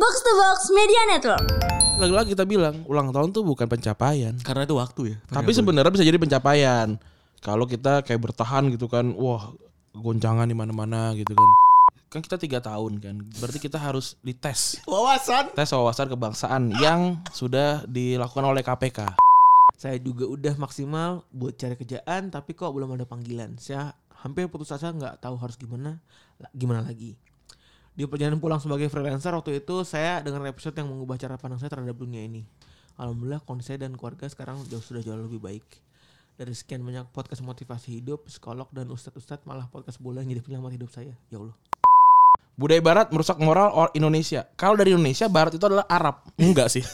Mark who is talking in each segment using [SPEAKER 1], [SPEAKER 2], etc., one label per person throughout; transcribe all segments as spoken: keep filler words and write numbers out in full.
[SPEAKER 1] Box to Box Media Network.
[SPEAKER 2] Lagi-lagi kita bilang ulang tahun tuh bukan pencapaian.
[SPEAKER 3] Karena itu waktu ya.
[SPEAKER 2] Tapi sebenarnya bisa jadi pencapaian. Kalau kita kayak bertahan gitu kan, wah goncangan di mana-mana gitu kan. Kan kita tiga tahun kan, berarti kita harus dites.
[SPEAKER 3] Wawasan.
[SPEAKER 2] Tes wawasan kebangsaan yang sudah dilakukan oleh K P K.
[SPEAKER 3] Saya juga udah maksimal buat cari kerjaan, tapi kok belum ada panggilan. Saya hampir putus asa, nggak tahu harus gimana, gimana lagi. Di perjalanan pulang sebagai freelancer waktu itu saya dengar episode yang mengubah cara pandang saya terhadap dunia ini. Alhamdulillah kondisi saya dan keluarga sekarang jauh sudah jauh lebih baik. Dari sekian banyak podcast motivasi hidup, psikolog dan ustadz-ustadz, malah podcast bola yang jadi penyelamat hidup saya. Ya Allah.
[SPEAKER 2] Budaya Barat merusak moral or Indonesia. Kalau dari Indonesia, Barat itu adalah Arab. Enggak sih.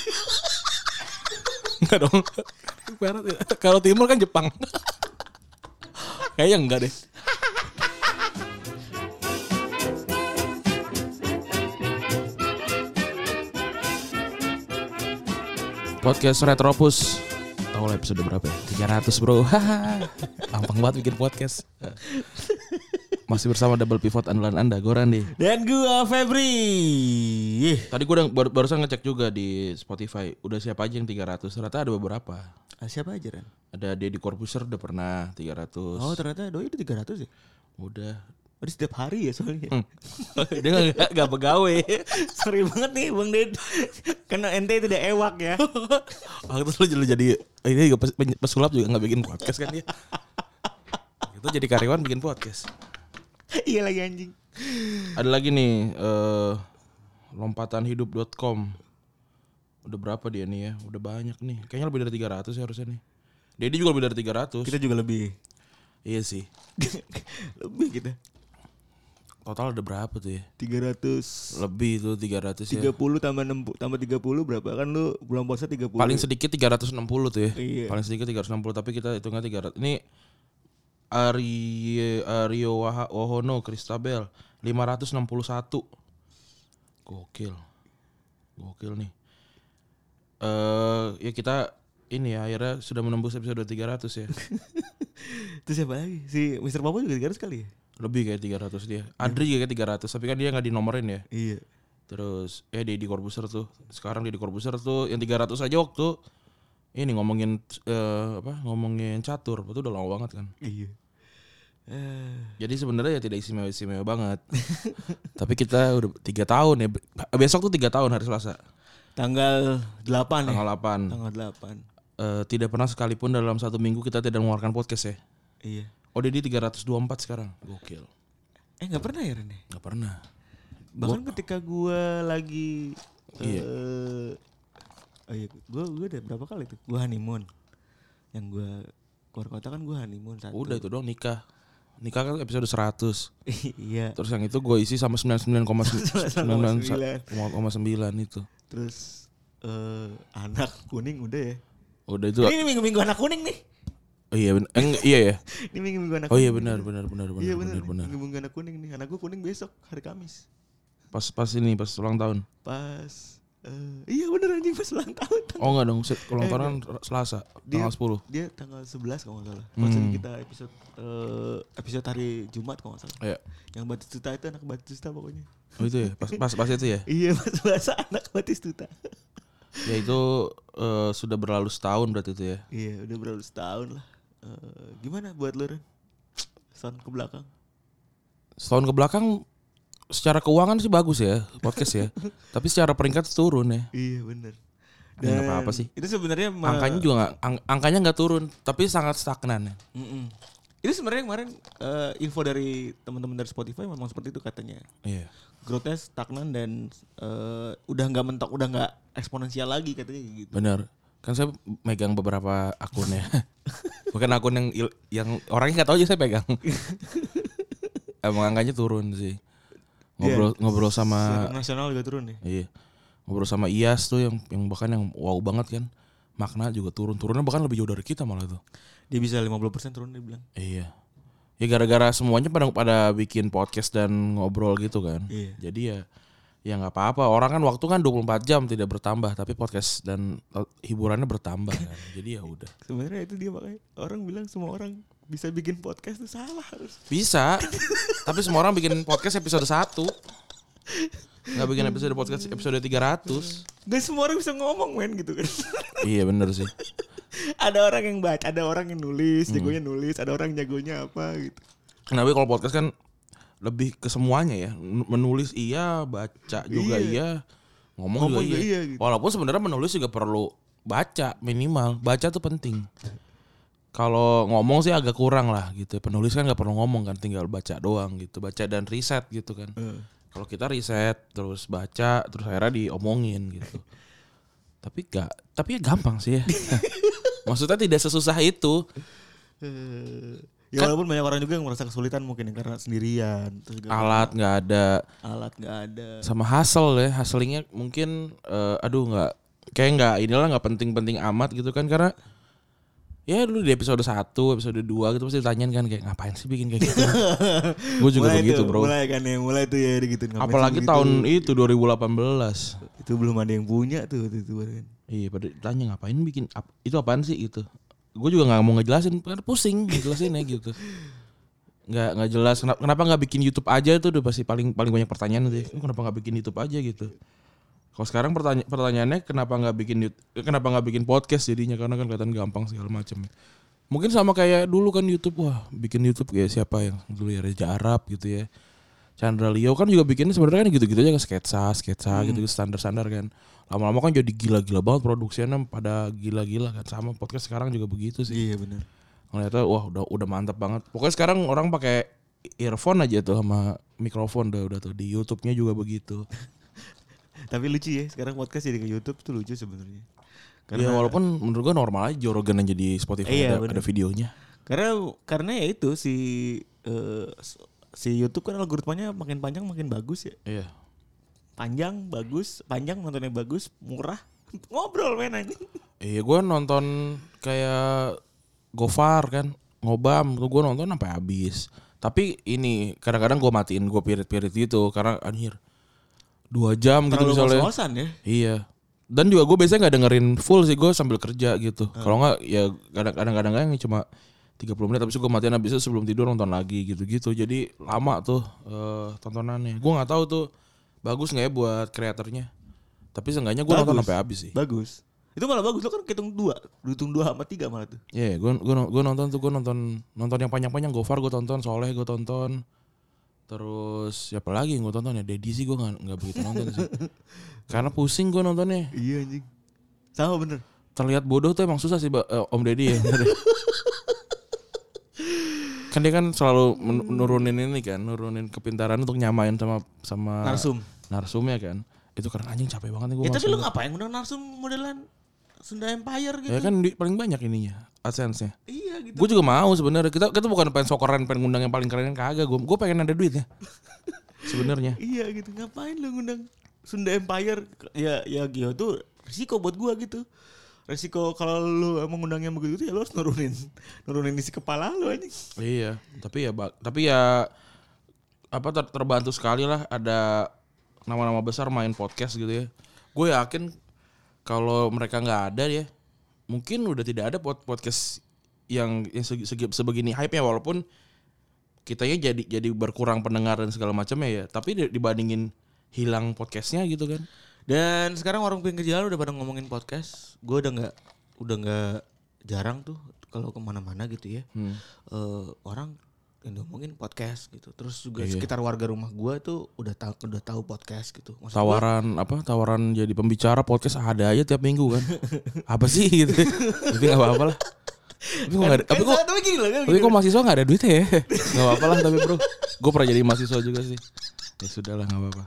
[SPEAKER 2] Enggak dong. Barat ya. Kalau Timur kan Jepang. Kayaknya enggak deh. Podcast Retropus. Tahu lah episode berapa ya? tiga ratus bro. Gampang banget bikin podcast. Masih bersama double pivot andalan Anda, Goran deh.
[SPEAKER 3] Dan gua Febri.
[SPEAKER 2] Tadi gua udah baru, barusan ngecek juga di Spotify. Udah siapa aja yang tiga ratus? Ternyata ada beberapa.
[SPEAKER 3] Ah, siapa aja, Ren?
[SPEAKER 2] Ada Deddy Corbuzier udah pernah tiga ratus.
[SPEAKER 3] Oh, ternyata Doi udah tiga ratus ya?
[SPEAKER 2] Udah.
[SPEAKER 3] Oh, setiap hari ya soalnya.
[SPEAKER 2] Hmm. Dia gak, gak begawe.
[SPEAKER 3] Sorry banget nih Bang Ded. Karena ente itu udah ewak ya.
[SPEAKER 2] Oh, terus lu jadi ini juga pes, pesulap juga gak bikin podcast kan dia. Itu jadi karyawan bikin podcast.
[SPEAKER 3] Iya lagi anjing.
[SPEAKER 2] Ada lagi nih uh, lompatan hidup dot com. Udah berapa dia nih ya? Udah banyak nih. Kayaknya lebih dari tiga ratus ya harusnya nih. Dedi juga lebih dari tiga ratus.
[SPEAKER 3] Kita juga lebih.
[SPEAKER 2] Iya sih.
[SPEAKER 3] Lebih kita.
[SPEAKER 2] Total ada berapa tuh ya?
[SPEAKER 3] tiga ratus.
[SPEAKER 2] Lebih tuh tiga ratus ya.
[SPEAKER 3] tiga puluh tambah enam puluh tambah tiga puluh berapa? Kan lu bulan puasa tiga puluh.
[SPEAKER 2] Paling sedikit tiga ratus enam puluh tuh ya.
[SPEAKER 3] Iya.
[SPEAKER 2] Paling sedikit tiga ratus enam puluh tapi kita hitungnya tiga ratus. Ini Ari Ario Wahono Kristabel lima ratus enam puluh satu. Gokil. Gokil nih. Eh uh, ya kita ini ya akhirnya sudah menembus episode tiga ratus ya.
[SPEAKER 3] Itu siapa lagi? Si mister Popo juga tiga ratus kali ya?
[SPEAKER 2] Lebih kayak tiga ratus dia. Adri juga kayak tiga ratus tapi kan dia enggak dinomorin ya.
[SPEAKER 3] Iya.
[SPEAKER 2] Terus ya Deddy Corbuzier tuh. Sekarang Deddy Corbuzier tuh yang tiga ratus aja waktu ini ngomongin uh, apa? Ngomongin catur. Itu udah lama banget kan.
[SPEAKER 3] Iya. Uh.
[SPEAKER 2] Jadi sebenarnya ya tidak istimewa-istimewa banget. Tapi kita udah tiga tahun ya. Besok tuh tiga tahun hari Selasa.
[SPEAKER 3] Tanggal delapan ya?
[SPEAKER 2] Tanggal delapan.
[SPEAKER 3] Tanggal delapan.
[SPEAKER 2] Uh, tidak pernah sekalipun dalam satu minggu kita tidak mengeluarkan podcast ya.
[SPEAKER 3] Iya.
[SPEAKER 2] Oh Deddy tiga ratus dua puluh empat sekarang. Gokil.
[SPEAKER 3] Eh gak pernah ya Rene?
[SPEAKER 2] Gak pernah.
[SPEAKER 3] Bahkan
[SPEAKER 2] Gua,
[SPEAKER 3] ketika gue lagi
[SPEAKER 2] iya.
[SPEAKER 3] uh, oh iya, gue gue udah berapa kali tuh? Gue honeymoon. Yang gue keluar kota kan gue honeymoon satu.
[SPEAKER 2] Udah itu doang nikah. Nikah kan episode seratus.
[SPEAKER 3] Iya.
[SPEAKER 2] Terus yang itu gue isi sama sembilan puluh sembilan koma sembilan itu.
[SPEAKER 3] Terus uh, anak kuning udah ya.
[SPEAKER 2] Udah itu.
[SPEAKER 3] Ini minggu-minggu anak kuning nih.
[SPEAKER 2] Oh iya benar. Eh, iya ya.
[SPEAKER 3] Ini minggu-minggu anak
[SPEAKER 2] kuning. Oh
[SPEAKER 3] iya
[SPEAKER 2] benar benar benar benar
[SPEAKER 3] iya
[SPEAKER 2] benar benar.
[SPEAKER 3] Minggu-minggu anak kuning nih. Anak gue kuning besok hari Kamis.
[SPEAKER 2] Pas pas ini pas ulang tahun.
[SPEAKER 3] Pas uh, iya bener anjing pas ulang tahun.
[SPEAKER 2] Oh enggak dong, ulang tahun kan Selasa tanggal sepuluh.
[SPEAKER 3] Dia tanggal sebelas kalau enggak salah.
[SPEAKER 2] Hmm.
[SPEAKER 3] Pas kita episode uh, episode hari Jumat kalau enggak salah.
[SPEAKER 2] Iya.
[SPEAKER 3] Yang Batistuta itu anak Batistuta pokoknya.
[SPEAKER 2] Oh itu ya, pas pas, pas itu ya.
[SPEAKER 3] Iya, pas bahasa anak Batistuta.
[SPEAKER 2] Ya itu uh, sudah berlalu setahun berarti itu ya.
[SPEAKER 3] Iya, udah berlalu setahun lah. Uh, gimana buat lu Ren? Setahun ke belakang.
[SPEAKER 2] Setahun ke belakang secara keuangan sih bagus ya podcast ya. Tapi secara peringkat turun ya.
[SPEAKER 3] Iya benar.
[SPEAKER 2] Dan ya, apa-apa sih.
[SPEAKER 3] Itu sebenarnya ma-
[SPEAKER 2] angkanya juga nggak, ang- angkanya nggak turun, tapi sangat stagnan ya.
[SPEAKER 3] Mm-mm. Itu sebenarnya kemarin uh, info dari teman-teman dari Spotify memang seperti itu katanya.
[SPEAKER 2] Iya.
[SPEAKER 3] Growth-nya stagnan dan uh, udah nggak mentok, udah nggak eksponensial lagi katanya gitu.
[SPEAKER 2] Benar. Kan saya megang beberapa akun ya. Bukan akun yang yang orangnya nggak tahu aja saya pegang. Emang angkanya turun sih. Ngobrol yeah, ngobrol sama
[SPEAKER 3] nasional juga turun nih.
[SPEAKER 2] Iya. Ngobrol sama Iyas tuh yang yang bahkan yang wow banget kan. Makna juga turun. Turunnya bahkan lebih jauh dari kita malah tuh.
[SPEAKER 3] Dia bisa lima puluh persen turun dia bilang.
[SPEAKER 2] Iya. Ya gara-gara semuanya pada pada bikin podcast dan ngobrol gitu kan.
[SPEAKER 3] Iya.
[SPEAKER 2] Jadi ya ya enggak apa-apa. Orang kan waktu kan dua puluh empat jam tidak bertambah, tapi podcast dan hiburannya bertambah kan. Jadi ya udah.
[SPEAKER 3] Sebenarnya itu dia makanya orang bilang semua orang bisa bikin podcast itu salah harus.
[SPEAKER 2] Bisa. Tapi semua orang bikin podcast episode satu. Nggak bikin episode podcast episode tiga ratus.
[SPEAKER 3] Gak semua orang bisa ngomong men gitu kan.
[SPEAKER 2] Iya bener sih.
[SPEAKER 3] Ada orang yang baca, ada orang yang nulis, jagonya nulis, ada orang jagonya apa gitu.
[SPEAKER 2] Nah, tapi kalau podcast kan lebih ke semuanya ya. Menulis iya, baca juga iya, iya. Ngomong, ngomong juga iya. iya gitu. Walaupun sebenarnya menulis juga perlu baca minimal. Baca tuh penting. Kalau ngomong sih agak kurang lah gitu. Penulis kan nggak perlu ngomong kan, tinggal baca doang gitu. Baca dan riset gitu kan. Uh. Kalau kita riset terus baca terus akhirnya diomongin gitu. Tapi gak, tapi ya gampang sih ya. Maksudnya tidak sesusah itu.
[SPEAKER 3] Ya kan, walaupun banyak orang juga yang merasa kesulitan mungkin karena sendirian. Terus
[SPEAKER 2] alat nggak ada.
[SPEAKER 3] Alat nggak ada.
[SPEAKER 2] Sama hustle ya, hustlingnya mungkin, uh, aduh nggak, kayak nggak inilah nggak penting-penting amat gitu kan karena. Ya dulu di episode satu, episode dua gitu pasti ditanyain kan kayak ngapain sih bikin kayak gitu. Gue juga mulai begitu, Bro.
[SPEAKER 3] Mulai kan ya, mulai tuh ya gitu.
[SPEAKER 2] Apalagi tahun itu dua ribu delapan belas.
[SPEAKER 3] Itu belum ada yang punya tuh waktu itu kan.
[SPEAKER 2] Iya, pada tanya ngapain bikin ap, itu apaan sih gitu. Gue juga enggak mau ngejelasin, pusing ngejelasinnya gitu. Enggak enggak jelas kenapa enggak bikin YouTube aja tuh udah pasti paling paling banyak pertanyaan sih. Kenapa enggak bikin YouTube aja gitu. Kalau sekarang pertanya- pertanyaannya kenapa nggak bikin kenapa nggak bikin podcast jadinya karena kan kelihatan gampang segala macam. Mungkin sama kayak dulu kan YouTube, wah bikin YouTube ya siapa yang dulu ya Reza Arab gitu ya, Chandra Leo kan juga bikinnya sebenarnya kan gitu-gitu aja sketsa sketsa hmm. gitu standar-standar kan. Lama-lama kan jadi gila-gila banget produksinya pada gila-gila kan, sama podcast sekarang juga begitu sih.
[SPEAKER 3] Iya benar.
[SPEAKER 2] Ngeliatnya wah udah udah mantap banget. Pokoknya sekarang orang pakai earphone aja tuh sama mikrofon udah udah tuh di YouTube-nya juga begitu.
[SPEAKER 3] Tapi lucu ya sekarang podcast jadi ke YouTube tuh lucu sebenarnya.
[SPEAKER 2] Karena ya walaupun menurut gua normal aja Joe Rogan aja di Spotify iya, ada, ada videonya.
[SPEAKER 3] Karena karena ya itu si uh, si YouTube kan algoritmanya makin panjang makin bagus ya.
[SPEAKER 2] Iya.
[SPEAKER 3] Panjang bagus, panjang nontonnya bagus, murah. Ngobrol men aja.
[SPEAKER 2] Iya gua nonton kayak Gofar kan, Ngobam tuh gua nonton sampai habis. Tapi ini kadang-kadang gua matiin, gua pirit-pirit gitu karena anjir dua jam gitu misalnya.
[SPEAKER 3] Terlalu ya?
[SPEAKER 2] Iya. Dan juga gue biasanya gak dengerin full sih, gue sambil kerja gitu. Hmm. Kalau gak ya kadang-kadang yang cuma tiga puluh menit habis itu gue matiin, habis itu sebelum tidur nonton lagi gitu-gitu. Jadi lama tuh uh, tontonannya. Gue gak tahu tuh bagus gak ya buat kreatornya. Tapi seenggaknya gue nonton sampai habis sih.
[SPEAKER 3] Bagus. Itu malah bagus, lo kan hitung dua. Hitung dua sama tiga malah tuh.
[SPEAKER 2] Iya yeah, gue, gue, gue nonton tuh, gue nonton nonton yang panjang-panjang. Gofar gue tonton, Soleh gue tonton. Terus siapa lagi yang gue tonton ya? Deddy sih gue gak, gak begitu nonton sih. Karena pusing gue nontonnya.
[SPEAKER 3] Iya anjing. Sama bener.
[SPEAKER 2] Terlihat bodoh tuh emang susah sih uh, Om Deddy ya. Kan dia kan selalu nurunin ini kan, nurunin kepintaran untuk nyamain sama sama
[SPEAKER 3] narsum.
[SPEAKER 2] Narsumnya kan. Itu karena anjing capek banget nih gue.
[SPEAKER 3] Ya tapi lu ngapain ngundang narsum modelan Sunda Empire gitu?
[SPEAKER 2] Ya kan di, paling banyak ininya, AdSense-nya.
[SPEAKER 3] Iya gitu.
[SPEAKER 2] Gue juga mau sebenarnya. Kita kita bukan pengen sok keren, pengen ngundang yang paling keren kagak. Gue gue pengen ada duitnya. Sebenarnya.
[SPEAKER 3] Iya gitu. Ngapain lu ngundang Sunda Empire? Ya ya Gio tuh risiko buat gue gitu. Risiko kalau lu emang ngundang yang begitu ya lu harus nurunin nurunin isi kepala lu anjing.
[SPEAKER 2] Iya, tapi ya tapi ya apa ter, terbantu sekali lah ada nama-nama besar main podcast gitu ya. Gue yakin kalau mereka nggak ada ya, mungkin udah tidak ada podcast yang, yang segi, segi, sebegini hype-nya, walaupun kitanya jadi jadi berkurang pendengar dan segala macamnya ya. Tapi dibandingin hilang podcastnya gitu kan.
[SPEAKER 3] Dan sekarang orang pinggir jalan udah pada ngomongin podcast. Gue udah nggak udah nggak jarang tuh kalau kemana-mana gitu ya. Hmm. Uh, orang yang ngomongin podcast gitu. Terus juga iya. Sekitar warga rumah gue tuh udah tahu udah tahu podcast gitu. Maksud
[SPEAKER 2] tawaran gua, apa? Tawaran jadi pembicara podcast ada aja tiap minggu kan. Apa sih gitu? Tapi nggak apa-apa lah. Tapi kok nggak? Tapi kok? Tapi gini lah. Tapi kok mahasiswa nggak ada duitnya ya? Nggak apa-apa lah. Tapi bro, gue pernah jadi mahasiswa juga sih. Ya sudah lah, nggak apa-apa.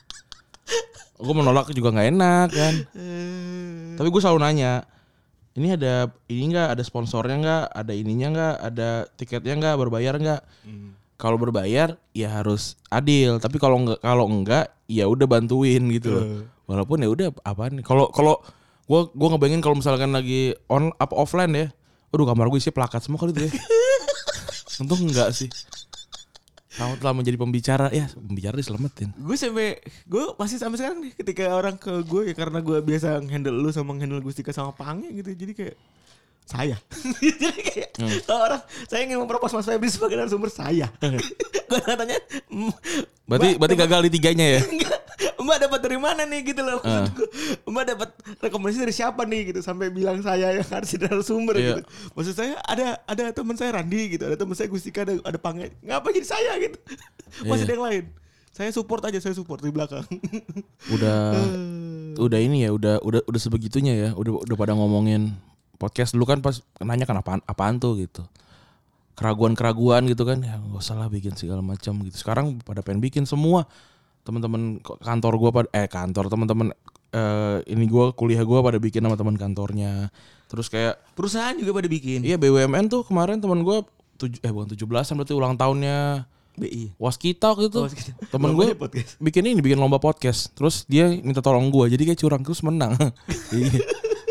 [SPEAKER 2] Gue menolak juga nggak enak kan. Tapi gue selalu nanya. Ini ada ini nggak, ada sponsornya nggak, ada ininya nggak, ada tiketnya nggak, berbayar nggak? Hmm. Kalau berbayar ya harus adil. Tapi kalau nggak kalau enggak ya udah bantuin gitu loh. Uh. Walaupun ya udah apaan? Kalau kalau gue gue ngebayangin kalau misalkan lagi on apa offline ya, aduh kamar gue isi plakat semua kali itu ya. Untung enggak sih. Kamu telah menjadi pembicara, ya pembicara diselamatin.
[SPEAKER 3] Gue sampai, gue masih sampai sekarang nih ketika orang ke gue ya karena gue biasa handle lu sama handle Gustika sama Pange gitu, jadi kayak saya. Jadi kayak hmm. orang saya ingin mempropos Mas Febri sebagai narasumber saya. Gue tanya,
[SPEAKER 2] berarti berarti gagal di tiganya ya?
[SPEAKER 3] Mbak dapat dari mana nih gitu loh.
[SPEAKER 2] Uh.
[SPEAKER 3] Mbak dapat rekomendasi dari siapa nih gitu sampai bilang saya yang harus narasumber
[SPEAKER 2] Iya.
[SPEAKER 3] gitu. Maksud saya ada ada teman saya Randi gitu, ada teman saya Gustika, ada ada Pange. Ngapa jadi saya gitu? Masih
[SPEAKER 2] Iya.
[SPEAKER 3] ada yang lain. Saya support aja, saya support di belakang.
[SPEAKER 2] Udah udah ini ya, udah udah udah sebegitunya ya. Udah udah pada ngomongin podcast dulu kan pas nanya kan apaan apaan tuh gitu. Keraguan-keraguan gitu kan, ya nggak usah lah bikin segala macam gitu. Sekarang pada pengen bikin semua. Teman-teman kantor gua pada eh kantor teman-teman eh, ini gua kuliah gua pada bikin sama teman kantornya. Terus kayak
[SPEAKER 3] Perusahaan juga pada bikin.
[SPEAKER 2] iya B U M N tuh kemarin teman gua tuj- eh bukan tujuh belasan berarti ulang tahunnya
[SPEAKER 3] B I.
[SPEAKER 2] Waskita waktu itu.
[SPEAKER 3] Oh, Waskita.
[SPEAKER 2] Temen
[SPEAKER 3] Lombanya
[SPEAKER 2] gue
[SPEAKER 3] podcast.
[SPEAKER 2] bikin ini, bikin lomba podcast. Terus dia minta tolong gue, jadi kayak curang terus menang. Iya.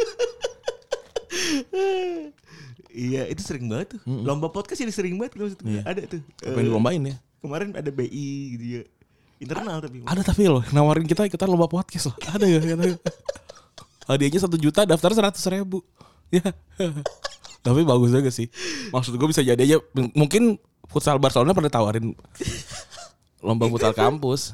[SPEAKER 3] Iya, itu sering banget tuh. Mm-mm. Lomba podcast ini sering banget maksud gue.
[SPEAKER 2] Iya.
[SPEAKER 3] Ada tuh.
[SPEAKER 2] Apa yang dilombain ya?
[SPEAKER 3] Kemarin ada B I gitu ya. Internal tapi.
[SPEAKER 2] Ada tapi loh, nawarin kita kita lomba podcast loh. Ada ya? Hadiahnya satu juta, daftar seratus ribu. Ya. Tapi bagus juga sih. Maksud gue bisa jadi aja. Mungkin futsal Barcelona pernah tawarin lomba futsal kampus.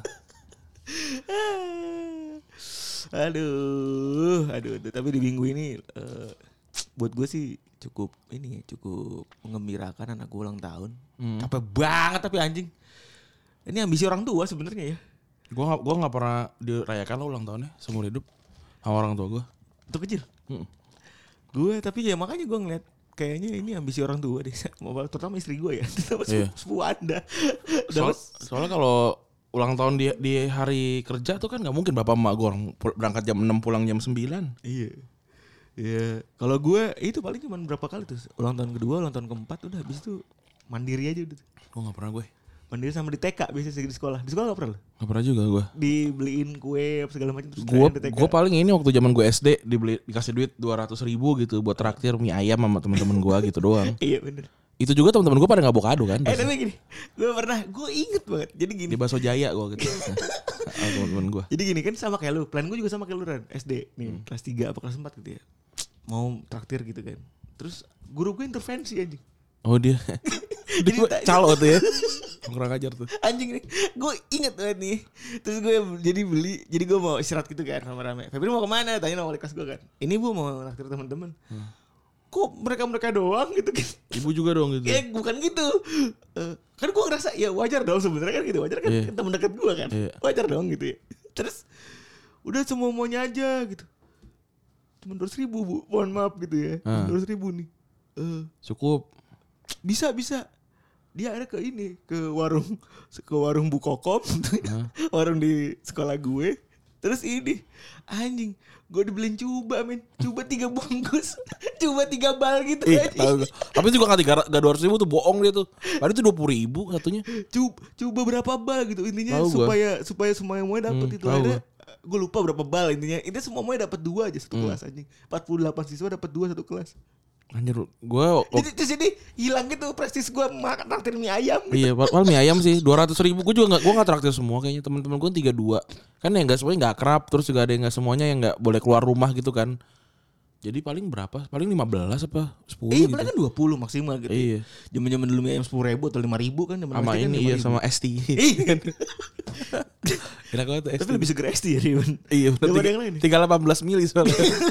[SPEAKER 3] Aduh, aduh, aduh. Tapi di minggu ini uh, buat gue sih cukup ini cukup mengembirakan anak gue ulang tahun. Hmm. Capek banget tapi anjing. Ini ambisi orang tua sebenarnya ya.
[SPEAKER 2] Gue gak, gue gak pernah dirayakan lo ulang tahunnya seumur hidup sama orang tua gue.
[SPEAKER 3] Itu kecil.
[SPEAKER 2] Hmm.
[SPEAKER 3] Gue tapi ya makanya gue ngeliat kayaknya ini ambisi orang tua deh, terutama istri gue ya, terutama
[SPEAKER 2] iya.
[SPEAKER 3] sepupu Anda.
[SPEAKER 2] Soal, soalnya kalau ulang tahun di di hari kerja tuh kan nggak mungkin bapak emak gue orang berangkat jam enam pulang jam sembilan.
[SPEAKER 3] Iya. Iya. Kalau gue itu paling cuma berapa kali tuh, ulang tahun kedua, ulang tahun keempat, udah habis itu mandiri aja udah.
[SPEAKER 2] Gue nggak pernah gue.
[SPEAKER 3] Mandiri sama di T K biasanya di sekolah. Di sekolah gak pernah lo?
[SPEAKER 2] Gak pernah juga gue.
[SPEAKER 3] Dibeliin kue segala macam terus
[SPEAKER 2] Gue gue paling ini waktu zaman gue S D dibeli dikasih duit dua ratus ribu gitu buat traktir mie ayam sama teman-teman gue gitu doang.
[SPEAKER 3] Iya bener.
[SPEAKER 2] Itu juga teman-teman gue pada nggak bawa kado kan.
[SPEAKER 3] Eh tapi gini, gue pernah, gue inget banget. Jadi gini.
[SPEAKER 2] Di Bakso Jaya gue gitu. Sama teman-teman gue.
[SPEAKER 3] Jadi gini kan sama kayak lu. Plan gue juga sama kayak lu Ran. S D nih
[SPEAKER 2] Hmm.
[SPEAKER 3] kelas tiga apa kelas empat gitu ya. Mau traktir gitu kan. Terus guru gue intervensi anjing.
[SPEAKER 2] Oh dia. Dia
[SPEAKER 3] Jadi
[SPEAKER 2] calo tuh ya. Kurang ajar tuh.
[SPEAKER 3] Anjing nih, gue inget banget nih. Terus gue jadi beli, jadi gue mau istirahat gitu kan rame-rame. Febri mau kemana? Tanya sama wali kelas gue kan. Ini bu mau naktir teman-teman. Hmm. Kok mereka-mereka doang gitu kan?
[SPEAKER 2] Ibu juga dong gitu.
[SPEAKER 3] Eh bukan gitu. Uh, kan gue ngerasa ya wajar dong sebenarnya kan gitu. Wajar kan yeah. Teman dekat gue kan. Yeah. Wajar dong gitu ya. Terus udah semua maunya aja gitu. Cuma dua ratus ribu bu, mohon maaf gitu ya.
[SPEAKER 2] Hmm.
[SPEAKER 3] dua ratus ribu nih. Uh,
[SPEAKER 2] Cukup.
[SPEAKER 3] Bisa bisa. Dia ada ke ini ke warung ke warung Bukokom huh? Warung di sekolah gue. Terus ini anjing gue dibeliin cuba men, cuba tiga bungkus, cuba tiga bal gitu.
[SPEAKER 2] Ih, tahu, tapi juga nggak tiga nggak dua ratus ribu tuh bohong dia tuh. Padahal itu dua puluh ribu satunya.
[SPEAKER 3] Cuba coba berapa bal gitu intinya tau supaya gua. supaya semuanya dapat hmm, itu ada. Gue lupa berapa bal intinya. Intinya semuanya dapat dua aja satu hmm. kelas anjing. empat puluh delapan siswa dapat dua satu kelas.
[SPEAKER 2] Anjir, gue
[SPEAKER 3] jadi terus jadi hilang gitu prestis gue makan traktir mie ayam gitu.
[SPEAKER 2] Iya, padahal mie ayam sih dua ratus ribu. Gue juga nggak, gue nggak traktir semua kayaknya. Teman-teman gue tiga dua kan yang nggak semuanya nggak kerap. Terus juga ada yang nggak semuanya yang nggak boleh keluar rumah gitu kan. Jadi paling berapa? Paling lima belas apa sepuluh
[SPEAKER 3] iya,
[SPEAKER 2] gitu.
[SPEAKER 3] paling kan dua puluh maksimal gitu.
[SPEAKER 2] Iya.
[SPEAKER 3] Zaman-zaman dulu mie ayam sepuluh ribu atau lima ribu kan.
[SPEAKER 2] Sama ini kan iya sama S T.
[SPEAKER 3] Iya.
[SPEAKER 2] Enak banget S T.
[SPEAKER 3] Tapi lebih seger S T ya Riwan.
[SPEAKER 2] Iya benar. Tiga, yang lain tinggal delapan belas mili soalnya.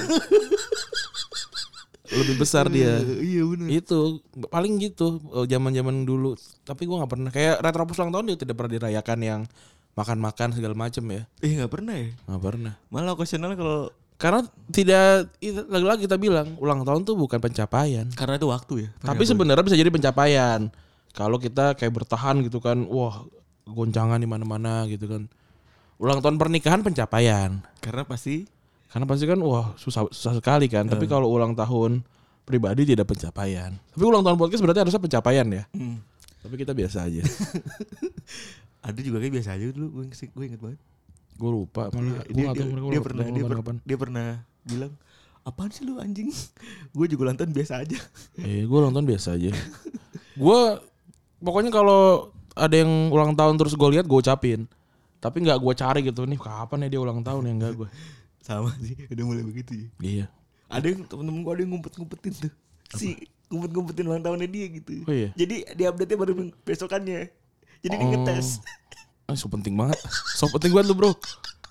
[SPEAKER 2] Lebih besar dia.
[SPEAKER 3] Uh, iya benar.
[SPEAKER 2] Itu paling gitu zaman-zaman dulu. Tapi gue nggak pernah kayak Retropus ulang tahun dia tidak pernah dirayakan yang makan-makan segala macem ya.
[SPEAKER 3] Eh nggak pernah ya?
[SPEAKER 2] Nggak pernah.
[SPEAKER 3] Malah occasional kalau
[SPEAKER 2] karena tidak lagi-lagi kita bilang ulang tahun tuh bukan pencapaian.
[SPEAKER 3] Karena itu waktu ya.
[SPEAKER 2] Tapi sebenarnya bisa jadi pencapaian. Kalau kita kayak bertahan gitu kan, wah goncangan di mana-mana gitu kan. Ulang tahun pernikahan pencapaian.
[SPEAKER 3] Karena pasti
[SPEAKER 2] Karena pasti kan wah susah susah sekali kan. Uh. Tapi kalau ulang tahun pribadi tidak pencapaian. Tapi ulang tahun podcast berarti harusnya pencapaian ya. Hmm. Tapi kita biasa aja.
[SPEAKER 3] Ada juga kayak biasa aja dulu. Gue gue inget banget.
[SPEAKER 2] Gue lupa malah.
[SPEAKER 3] Dia, dia, dia, dia pernah dia, per, dia pernah bilang apaan sih lu anjing? Gue juga ulang tahun biasa aja.
[SPEAKER 2] Eh gue ulang tahun biasa aja. Gue pokoknya kalau ada yang ulang tahun terus gue lihat gue ucapin. Tapi nggak gue cari gitu nih kapan ya dia ulang tahun ya enggak gue.
[SPEAKER 3] Sama sih, udah mulai begitu ya.
[SPEAKER 2] Iya.
[SPEAKER 3] Ada yang temen-temen gue ada yang ngumpet-ngumpetin tuh. Apa? Si ngumpet-ngumpetin ulang tahunnya dia gitu.
[SPEAKER 2] Oh iya.
[SPEAKER 3] Jadi di update-nya baru besokannya. Jadi oh. Dia ngetes.
[SPEAKER 2] Ah, so penting banget. So penting banget lu bro.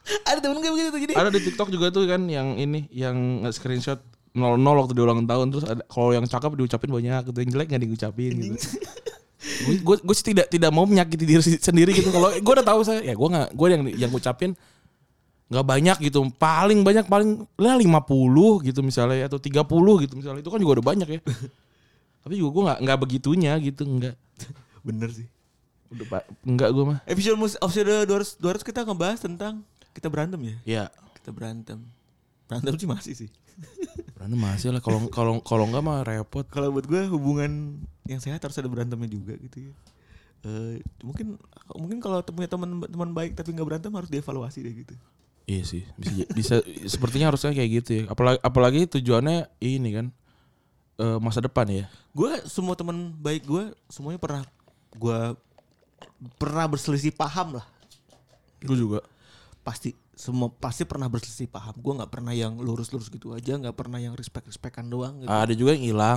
[SPEAKER 3] Ada temen gue begitu tuh jadi.
[SPEAKER 2] Ada di TikTok juga tuh kan yang ini yang screenshot nol nol waktu dia ulang tahun terus ada kalau yang cakep diucapin banyak gitu, yang jelek enggak diucapin gitu. Gue gue sih tidak tidak mau menyakiti diri sendiri gitu. Kalau gue udah tahu saya ya gue nggak gue yang yang ngucapin nggak banyak gitu, paling banyak paling lah lima puluh gitu misalnya atau tiga puluh gitu misalnya, itu kan juga udah banyak ya. Tapi juga gue nggak nggak begitunya gitu, nggak.
[SPEAKER 3] Bener sih.
[SPEAKER 2] Udah pak nggak gue mah.
[SPEAKER 3] Episode mus episode dua ratus dua ratus kita ngebahas tentang kita berantem ya.
[SPEAKER 2] Iya.
[SPEAKER 3] Kita berantem. Berantem sih masih sih.
[SPEAKER 2] Berantem masih lah, kalau kalau kalau nggak mah repot.
[SPEAKER 3] Kalau buat gue hubungan yang sehat harus ada berantemnya juga gitu ya. Uh, mungkin mungkin kalau punya teman teman baik tapi nggak berantem harus dievaluasi deh gitu.
[SPEAKER 2] Iya sih, bisa, bisa sepertinya harusnya kayak gitu ya. Apalagi, apalagi tujuannya ini kan uh, masa depan ya.
[SPEAKER 3] Gue semua teman baik gue semuanya pernah gue pernah berselisih paham lah.
[SPEAKER 2] Gitu. Gue juga.
[SPEAKER 3] Pasti semua pasti pernah berselisih paham. Gue nggak pernah yang lurus-lurus gitu aja, nggak pernah yang respect-respectan doang. Gitu.
[SPEAKER 2] Ada juga yang hilang.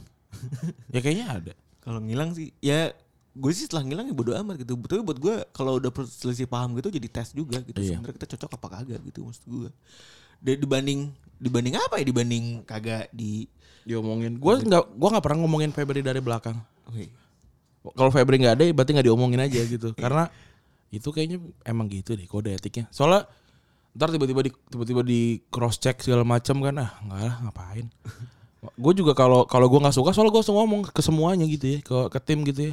[SPEAKER 2] Ya kayaknya ada.
[SPEAKER 3] Kalau ngilang sih, ya gue sih setelah ngilang ya bodo amat gitu. Tapi buat gue kalau udah selisih paham gitu jadi tes juga gitu. Iya. Sebenarnya kita cocok apa kagak gitu maksud gue. Dan dibanding dibanding apa ya dibanding kagak di
[SPEAKER 2] diomongin. Gue nggak gue nggak pernah ngomongin Febri dari belakang.
[SPEAKER 3] Okay.
[SPEAKER 2] Kalau Febri nggak ada berarti nggak diomongin aja gitu. Karena itu kayaknya emang gitu deh kode etiknya. Soalnya ntar tiba-tiba di tiba-tiba di cross check segala macam kan, ah nggak lah ngapain. Gue juga kalau kalau gue nggak suka soalnya gue langsung ngomong ke semuanya gitu ya, ke ke tim gitu ya.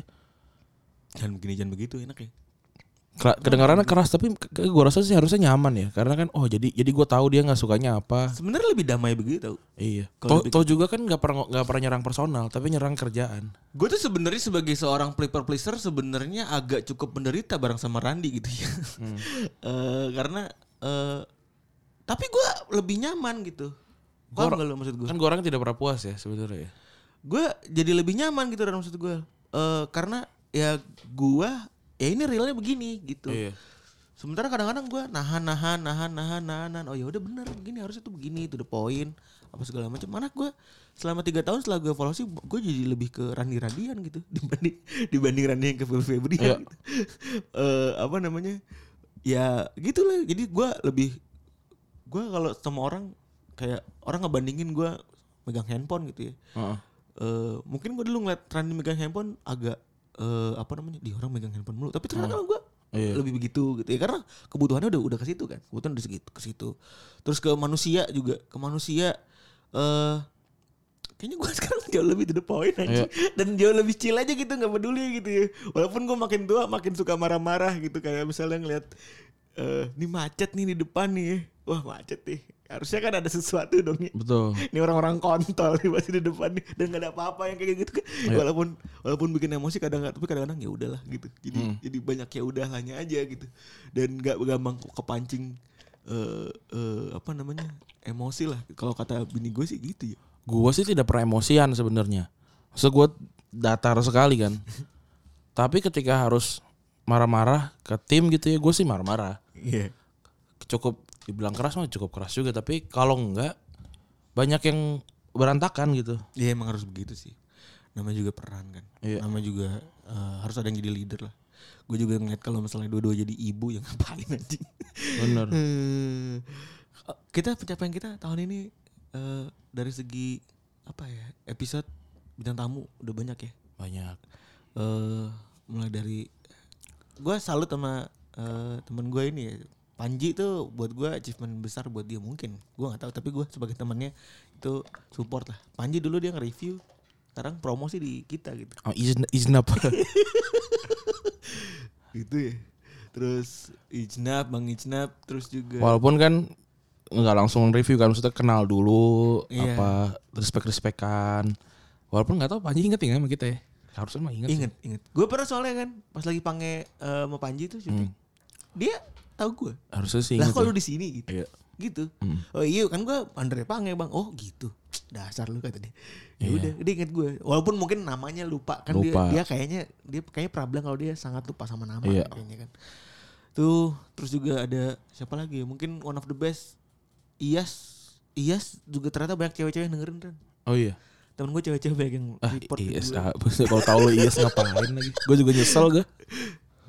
[SPEAKER 3] Jangan begini jangan begitu enak ya.
[SPEAKER 2] Kedengarannya keras tapi gue rasa sih harusnya nyaman ya, karena kan oh jadi jadi gue tahu dia nggak sukanya apa.
[SPEAKER 3] Sebenarnya lebih damai begitu tau.
[SPEAKER 2] Iya. Toh to juga kan nggak pernah nggak pernah nyerang personal tapi nyerang kerjaan.
[SPEAKER 3] Gue tuh sebenarnya sebagai seorang people pleaser sebenarnya agak cukup menderita bareng sama Randy gitu ya. Hmm. uh, karena uh, tapi gue lebih nyaman gitu. Paham gak lo maksud gue?
[SPEAKER 2] Kan gue orang tidak pernah puas ya sebenarnya.
[SPEAKER 3] Gue jadi lebih nyaman gitu dalam maksud gue. Uh, karena ya gue ya ini realnya begini gitu. Iya. Sementara kadang-kadang gue nahan-nahan, nahan-nahan, nahan. Oh ya udah benar begini harusnya tuh begini, itu the point apa segala macam. Mana gue selama tiga tahun setelah gue evaluasi gue jadi lebih ke Randy-Randian gitu dibanding dibanding Randy yang ke Febri. Iya. Gitu. uh, apa namanya? Ya gitulah. Jadi gue lebih gue kalau sama orang kayak orang ngebandingin gue megang handphone gitu ya. Uh-uh. Uh, mungkin gue dulu ngeliat Randy megang handphone agak uh, apa namanya, di orang megang handphone mulu. Tapi ternyata uh. gue iya. lebih begitu gitu ya, karena kebutuhannya udah udah ke situ kan, kebutuhan udah segitu ke situ. Terus ke manusia juga, ke manusia. Uh, kayaknya gue sekarang jauh lebih to the point aja. Iya. Dan jauh lebih chill aja gitu, nggak peduli gitu ya. Walaupun gue makin tua makin suka marah-marah gitu, kayak misalnya ngeliat uh, nih macet nih di depan nih, wah macet nih. Harusnya kan ada sesuatu dong ya.
[SPEAKER 2] Betul.
[SPEAKER 3] Ini orang-orang kontol nih masih di depan nih dan gak ada apa-apa yang kayak gitu kan. Ya. Walaupun walaupun bikin emosi kadang-kadang, tapi kadang-kadang ya udahlah gitu. Jadi hmm. jadi banyak ya udahnya aja gitu. Dan enggak gampang kepancing uh, uh, apa namanya? Emosi lah. Kalau kata bini gue sih gitu ya.
[SPEAKER 2] Gue sih tidak pernah emosian sebenarnya. Maksud gue datar sekali kan. Tapi ketika harus marah-marah ke tim gitu ya, gue sih marah-marah. Iya. Yeah. Cukup dibilang keras mah cukup keras juga, tapi kalau enggak banyak yang berantakan gitu.
[SPEAKER 3] Iya emang harus begitu sih. Namanya juga peran kan. Iya. Namanya juga uh, harus ada yang jadi leader lah. Gue juga ngeliat kalau misalnya dua-dua jadi ibu yang ngapain anjing.
[SPEAKER 2] Bener.
[SPEAKER 3] Kita pencapaian kita tahun ini uh, dari segi apa ya, episode bintang tamu udah banyak ya.
[SPEAKER 2] Banyak.
[SPEAKER 3] Uh, mulai dari gue salut sama uh, temen gue ini ya. Panji tuh buat gue achievement besar buat dia mungkin. Gue gak tahu, tapi gue sebagai temannya itu support lah. Panji dulu dia nge-review, sekarang promosi di kita gitu.
[SPEAKER 2] Oh, izin izin apa?
[SPEAKER 3] Gitu ya. Terus Ijnab, Bang Ijnab, terus juga.
[SPEAKER 2] Walaupun kan nggak langsung review kan, maksudnya kenal dulu, iya. Apa respect-respectan. Walaupun nggak tahu Panji inget ya sama kita ya. Harusnya mah inget.
[SPEAKER 3] Inget, sih. inget. Gue pernah soalnya kan pas lagi pange uh, sama Panji tuh syuting. Hmm. Dia tahu gue.
[SPEAKER 2] Harusnya sih.
[SPEAKER 3] Lah kalau di sini gitu.
[SPEAKER 2] Iya.
[SPEAKER 3] Gitu.
[SPEAKER 2] Hmm.
[SPEAKER 3] Oh iya kan gue Andre Pange bang. Oh gitu. Dasar lu kata dia. Ya udah, iya. Dia inget gue. Walaupun mungkin namanya lupa kan lupa. dia dia kayaknya dia kayaknya problem kalau dia sangat lupa sama nama iya. Kayaknya kan. Tuh, terus juga ada siapa lagi ya? Mungkin one of the best Iyas. Iyas juga ternyata banyak cewek-cewek yang dengerin kan.
[SPEAKER 2] Oh iya.
[SPEAKER 3] Temen gue cewek-cewek yang
[SPEAKER 2] ah, report Iyas. Ah, kalau tahu Iyas ngapain lagi. Gue juga nyesel gue.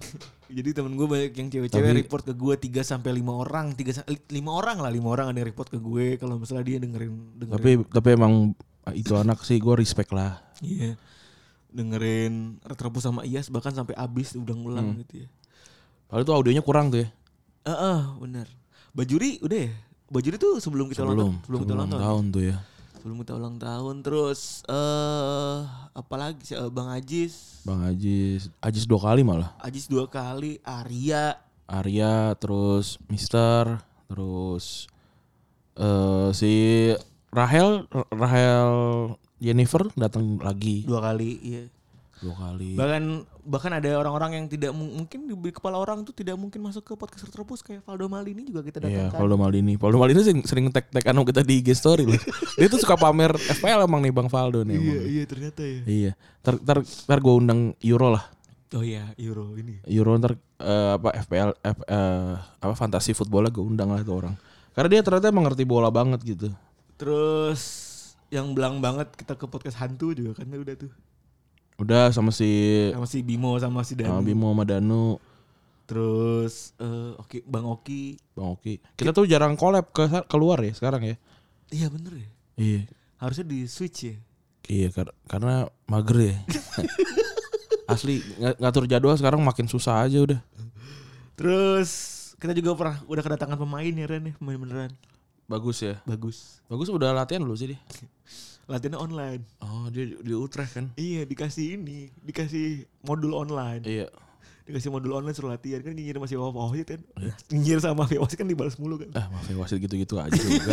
[SPEAKER 3] Jadi temen gue banyak yang cewek-cewek
[SPEAKER 2] Tapi-
[SPEAKER 3] report ke gue tiga sampai lima orang, tiga lima orang lah, lima orang ada yang report ke gue kalau misalnya dia dengerin dengerin.
[SPEAKER 2] Tapi tapi emang itu anak sih gue respect lah.
[SPEAKER 3] Iya. Dengerin Retropus sama Iyas bahkan sampai habis udah ngulang
[SPEAKER 2] Hmm.
[SPEAKER 3] gitu ya.
[SPEAKER 2] Padahal itu audionya kurang tuh ya.
[SPEAKER 3] Heeh, benar. Bajuri udah ya? Bajuri tuh sebelum kita ulang
[SPEAKER 2] Sebelum
[SPEAKER 3] tahun, sebelum kita ulang tahun.
[SPEAKER 2] tahun tuh ya.
[SPEAKER 3] Sebelum kita ulang tahun terus eh apalagi sih eh, Bang Ajis.
[SPEAKER 2] Bang Ajis, Ajis dua kali malah.
[SPEAKER 3] Ajis dua kali, Arya.
[SPEAKER 2] Arya, terus Mister, terus eh si Rahel, Rahel Jennifer datang lagi
[SPEAKER 3] Dua kali, iya.
[SPEAKER 2] dua kali.
[SPEAKER 3] Bahkan bahkan ada orang-orang yang tidak mung- mungkin di kepala orang tuh tidak mungkin masuk ke podcast Retropus kayak Valdo Maldini juga kita
[SPEAKER 2] Iya,
[SPEAKER 3] datangkan.
[SPEAKER 2] Valdo Maldini. Valdo Maldini sering, sering tag-tag anu kita di I G story loh. Dia tuh suka pamer F P L emang nih Bang Valdo nih.
[SPEAKER 3] Iya,
[SPEAKER 2] emang.
[SPEAKER 3] iya ternyata ya.
[SPEAKER 2] Iya. Ntar, ntar, ntar gue undang Euro lah.
[SPEAKER 3] Oh iya, Euro ini.
[SPEAKER 2] Euro ntar eh, apa F P L F, eh, apa fantasi footballnya gue undang lah tuh orang. Karena dia ternyata emang ngerti bola banget gitu.
[SPEAKER 3] Terus yang belang banget kita ke podcast hantu juga kan udah tuh.
[SPEAKER 2] Udah sama si
[SPEAKER 3] Sama si Bimo sama si Danu.
[SPEAKER 2] sama Bimo sama Danu,
[SPEAKER 3] Terus eh oke Bang Oki.
[SPEAKER 2] Bang Oki. Kita tuh jarang collab ke keluar ya sekarang ya.
[SPEAKER 3] Iya bener ya.
[SPEAKER 2] Iya.
[SPEAKER 3] Harusnya di switch ya.
[SPEAKER 2] Iya kar- karena mager ya. Asli ng- ngatur jadwal sekarang makin susah aja udah.
[SPEAKER 3] Terus kita juga pernah udah kedatangan pemain ya Ren ya, pemain beneran.
[SPEAKER 2] Bagus ya.
[SPEAKER 3] Bagus.
[SPEAKER 2] Bagus udah latihan dulu sih dia.
[SPEAKER 3] Latihannya online.
[SPEAKER 2] Oh dia di Utrecht kan.
[SPEAKER 3] Iya dikasih ini, dikasih modul online.
[SPEAKER 2] Iya.
[SPEAKER 3] Dikasih modul online suruh latihan kan nyinyir masih wasit kan. Nyinyir sama wasit kan dibalas mulu kan.
[SPEAKER 2] Ah maaf ya wasit gitu-gitu aja juga.